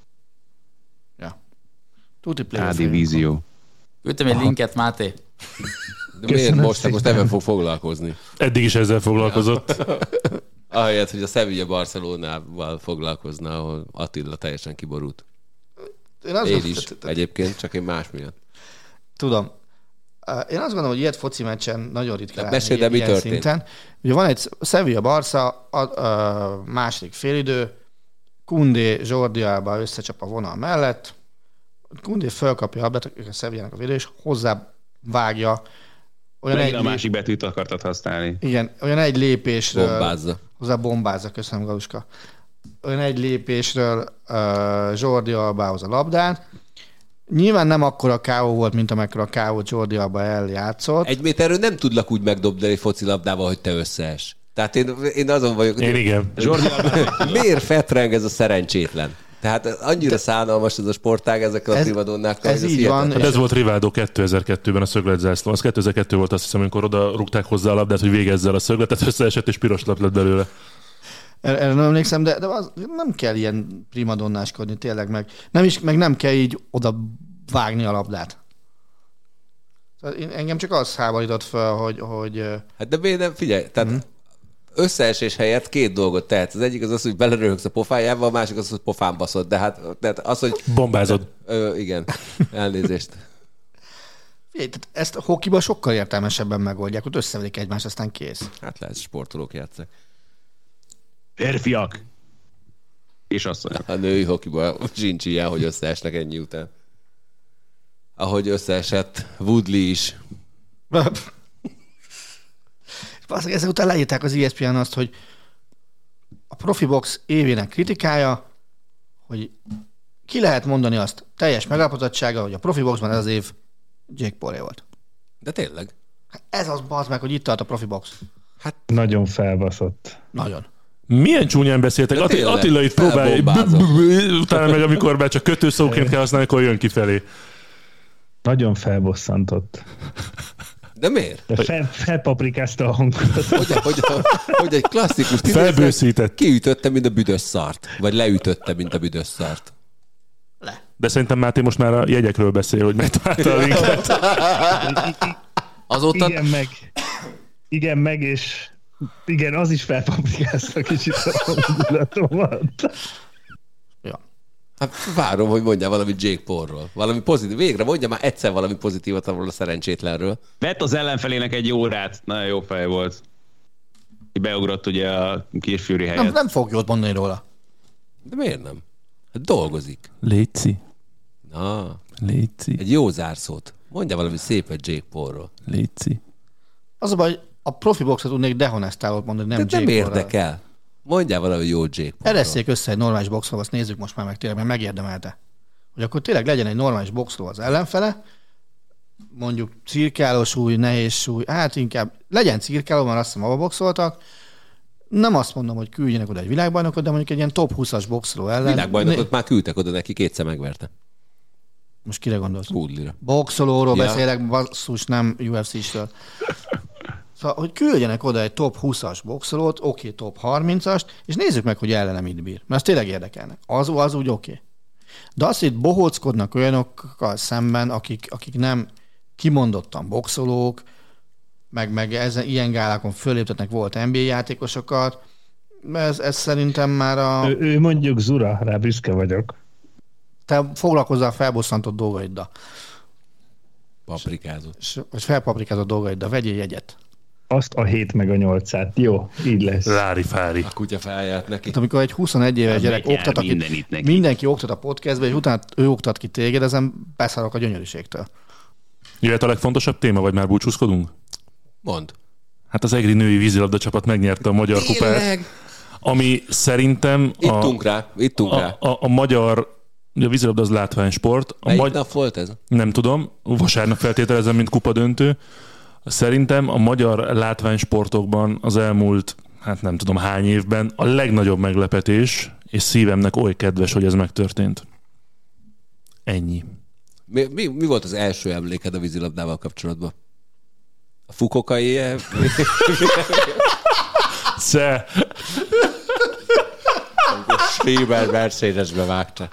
Ja. Tuti playoff. A-divízió. Küldtem egy linket, Máté. De miért most? Most ebben fog foglalkozni. Eddig is ezzel foglalkozott. Ahelyett, hogy a Sevilla Barcelonával foglalkozna, ahol Attila teljesen kiborult. Én, én is, egyébként, csak én más miatt. Tudom. Én azt gondolom, hogy ilyet foci meccsen nagyon ritkán látni ilyen, ilyen szinten. Ugye van egy Sevilla-Barca, a, a második félidő, Koundé, Jordi Alba összecsap a vonal mellett, Koundé fölkapja a labdát, a Sevillának a védő, és hozzá vágja. Olyan egy a lép... másik betűt akartad használni. Igen, olyan egy lépésről... Bombázza. Hozzá bombázza, köszönöm, Galuska. Olyan egy lépésről uh, Jordi Albához a labdát. Nyilván nem akkora ká ó volt, mint amekkora ká ó Jordi Alba eljátszott. Egy méterről nem tudlak úgy megdobni egy focilabdával, hogy te összees. Tehát én, én azon vagyok... Én igen. Jordi Alba... Miért fetreng ez a szerencsétlen? Tehát annyira szánalmas ez a sportág ezekkel a privadonnákkal. Ez így van. Hát ez volt Rivaldo kétezer-kettőben a szögletzászló. Az kétezer-kettő volt, azt hiszem, amikor oda rúgták hozzá a labdát, hogy végezzel a szögletet, összeesett és piros lap lett belőle. Erre nem emlékszem, de, de az, nem kell ilyen primadonnáskodni, tényleg meg. Nem is, meg nem kell így oda vágni a labdát. Engem csak az háborított fel, hogy... hogy hát de miért nem, figyelj, tehát mm. összeesés helyett két dolgot tehet. Az egyik az az, hogy beleröhögsz a pofájába, a másik az, hogy pofán baszod. De hát de az, hogy... Bombázod. Ö, igen, elnézést. Figyelj, tehát ezt a hokiban sokkal értelmesebben megoldják, ott összevedik egymást, aztán kész. Hát lehet, sportolók játszak. Férfiak! És asszonyok. A női hokiban sincs ilyen, hogy összeesnek ennyi után. Ahogy összeesett Woodley is. Ezek után leírták az é es pé en azt, hogy a Profibox évének kritikája, hogy ki lehet mondani azt teljes megállapodottsága, hogy a Profiboxban ez az év Jake Paulé volt. De tényleg. Ez az bazd meg, hogy itt tart a Profibox. Hát nagyon felbaszott. Nagyon. Milyen csúnyán beszéltek. Atti, Attila itt próbálja, utána meg amikor már csak kötőszóként kell használni, akkor jön kifelé. Nagyon felbosszantott. De miért? De fel, felpaprikázta a hangot. Hogy, hogy, hogy egy klasszikus felbőszített. Kiütötte, mint a büdös szart. Vagy leütötte, mint a büdös szart. Le. De szerintem Máté most már a jegyekről beszél, hogy megtalálta a linket. Azóta... Igen, meg. Igen, meg, és igen, az is felpaprikázta kicsit a hangulatomat. Ja. Hát várom, hogy mondjál valami Jake Paulról. Valami pozitív. Végre mondja már egyszer valami pozitívat arról a szerencsétlenről. Vett az ellenfelének egy órát. Nagyon jó fej volt. Beugrott ugye a Kisfűri helyet. Nem, nem fog jót mondani róla. De miért nem? Hát dolgozik. Léci. Na. Léci. Egy jó zárszót. Mondja valami szépet Jake Paulról. Léci. Az a baj, a Profiboxot tudnék dehonestálót mondani, nem de Jake nem Paulról. érdekel. Mondjál valami jó Jake Paulról. Eresszék össze egy normális boxról, azt nézzük most már meg tényleg, mert megérdemelte. Hogy akkor tényleg legyen egy normális boxról az ellenfele, mondjuk cirkáló súly, nehéz súly, hát inkább legyen cirkáló, mert azt hiszem abba boxoltak. Nem azt mondom, hogy küldjenek oda egy világbajnokot, de mondjuk egy ilyen top húszas boxoló ellen. Világbajnokot né... már küldtek oda neki, kétszer megverte. Most kire gondolsz? Woodley-ra. Boxolóról Ja. beszélek, basszus, nem U F C-sről. Szóval, hogy küldjenek oda egy top húszas boxolót, oké, okay, top harmincast, és nézzük meg, hogy ellene mit bír. Mert az tényleg érdekelnek. Az, az úgy oké. Okay. De azt, hogy itt bohóckodnak olyanokkal szemben, akik, akik nem kimondottan boxolók, meg, meg ezen, ilyen gálákon föléptetnek volt N B A játékosokat, ez, ez szerintem már a... Ő, ő mondjuk Zura, rá büszke vagyok. Te foglalkozzál a felbosszantott dolgaiddal. Paprikázott. Vagy felpaprikázott dolgaiddal. Vegyél jegyet. Azt a hét meg a nyolcát. Jó, így lesz. Lári-fári. A kutya feljárt neki. Hát amikor egy huszonegy éves gyerek oktat, akit, mindenki oktat a podcastbe, és utána ő oktat ki téged, ezen beszarok a gyönyörűségtől. Jöhet a legfontosabb téma, vagy már búcsúzkodunk? Mondd. Hát az egri női vízilabda csapat megnyerte a magyar kupát. Ami szerintem... Ittunk a, rá, ittunk a, rá. A, a magyar... Ugye a vízilabda az látványsport. A Melyik magy... nap volt ez? Nem tudom. Vasárnap feltételezem, mint kupadöntő. Szerintem a magyar látványsportokban az elmúlt, hát nem tudom hány évben a legnagyobb meglepetés, és szívemnek oly kedves, hogy ez megtörtént. Ennyi. Mi, mi, mi volt az első emléked a vízilabdával kapcsolatban? A fukokai... Sze! Schreiber Mercedesbe vágta.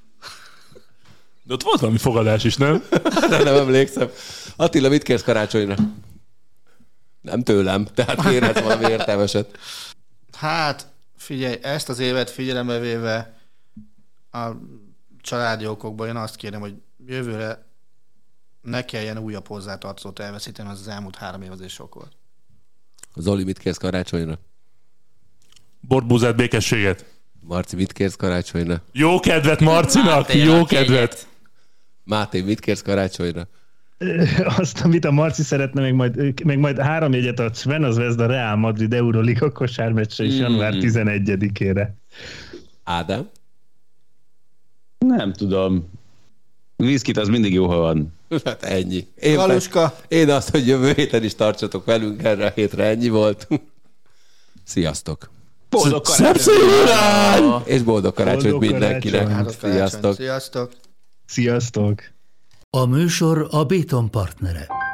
De ott volt valami fogadás is, nem? De nem emlékszem. Attila, mit kérsz karácsonyra? Nem tőlem, tehát kérhetsz valami értelmeset. Hát, figyelj, ezt az évet figyelembe véve a családi okokból én azt kérem, hogy jövőre ne kelljen újabb hozzátartozót elveszíteni, az az elmúlt három év azért sok volt. Zoli, mit kérsz karácsonyra? Bortbúzát, békességet. Marci, mit kérsz karácsonyra? Jó kedvet Marcinak, jó kedvet. Máté, mit kérsz karácsonyra? Azt, amit a Marci szeretne, még majd, még majd három jegyet ad Sven, az Vezda Real Madrid Euroliga kosármeccsre is január tizenegyedikére. Ádám? Nem tudom. Viszkit az mindig jó, ha van. Hát ennyi. Én, Galuska. én azt, hogy jövő héten is tartsatok velünk, erre a hétre ennyi volt. Sziasztok! Boldog karácsony! És boldog karácsonyt Boldog mindenkinek. karácsony. Sziasztok! Sziasztok! Sziasztok! A műsor a Béton partnere.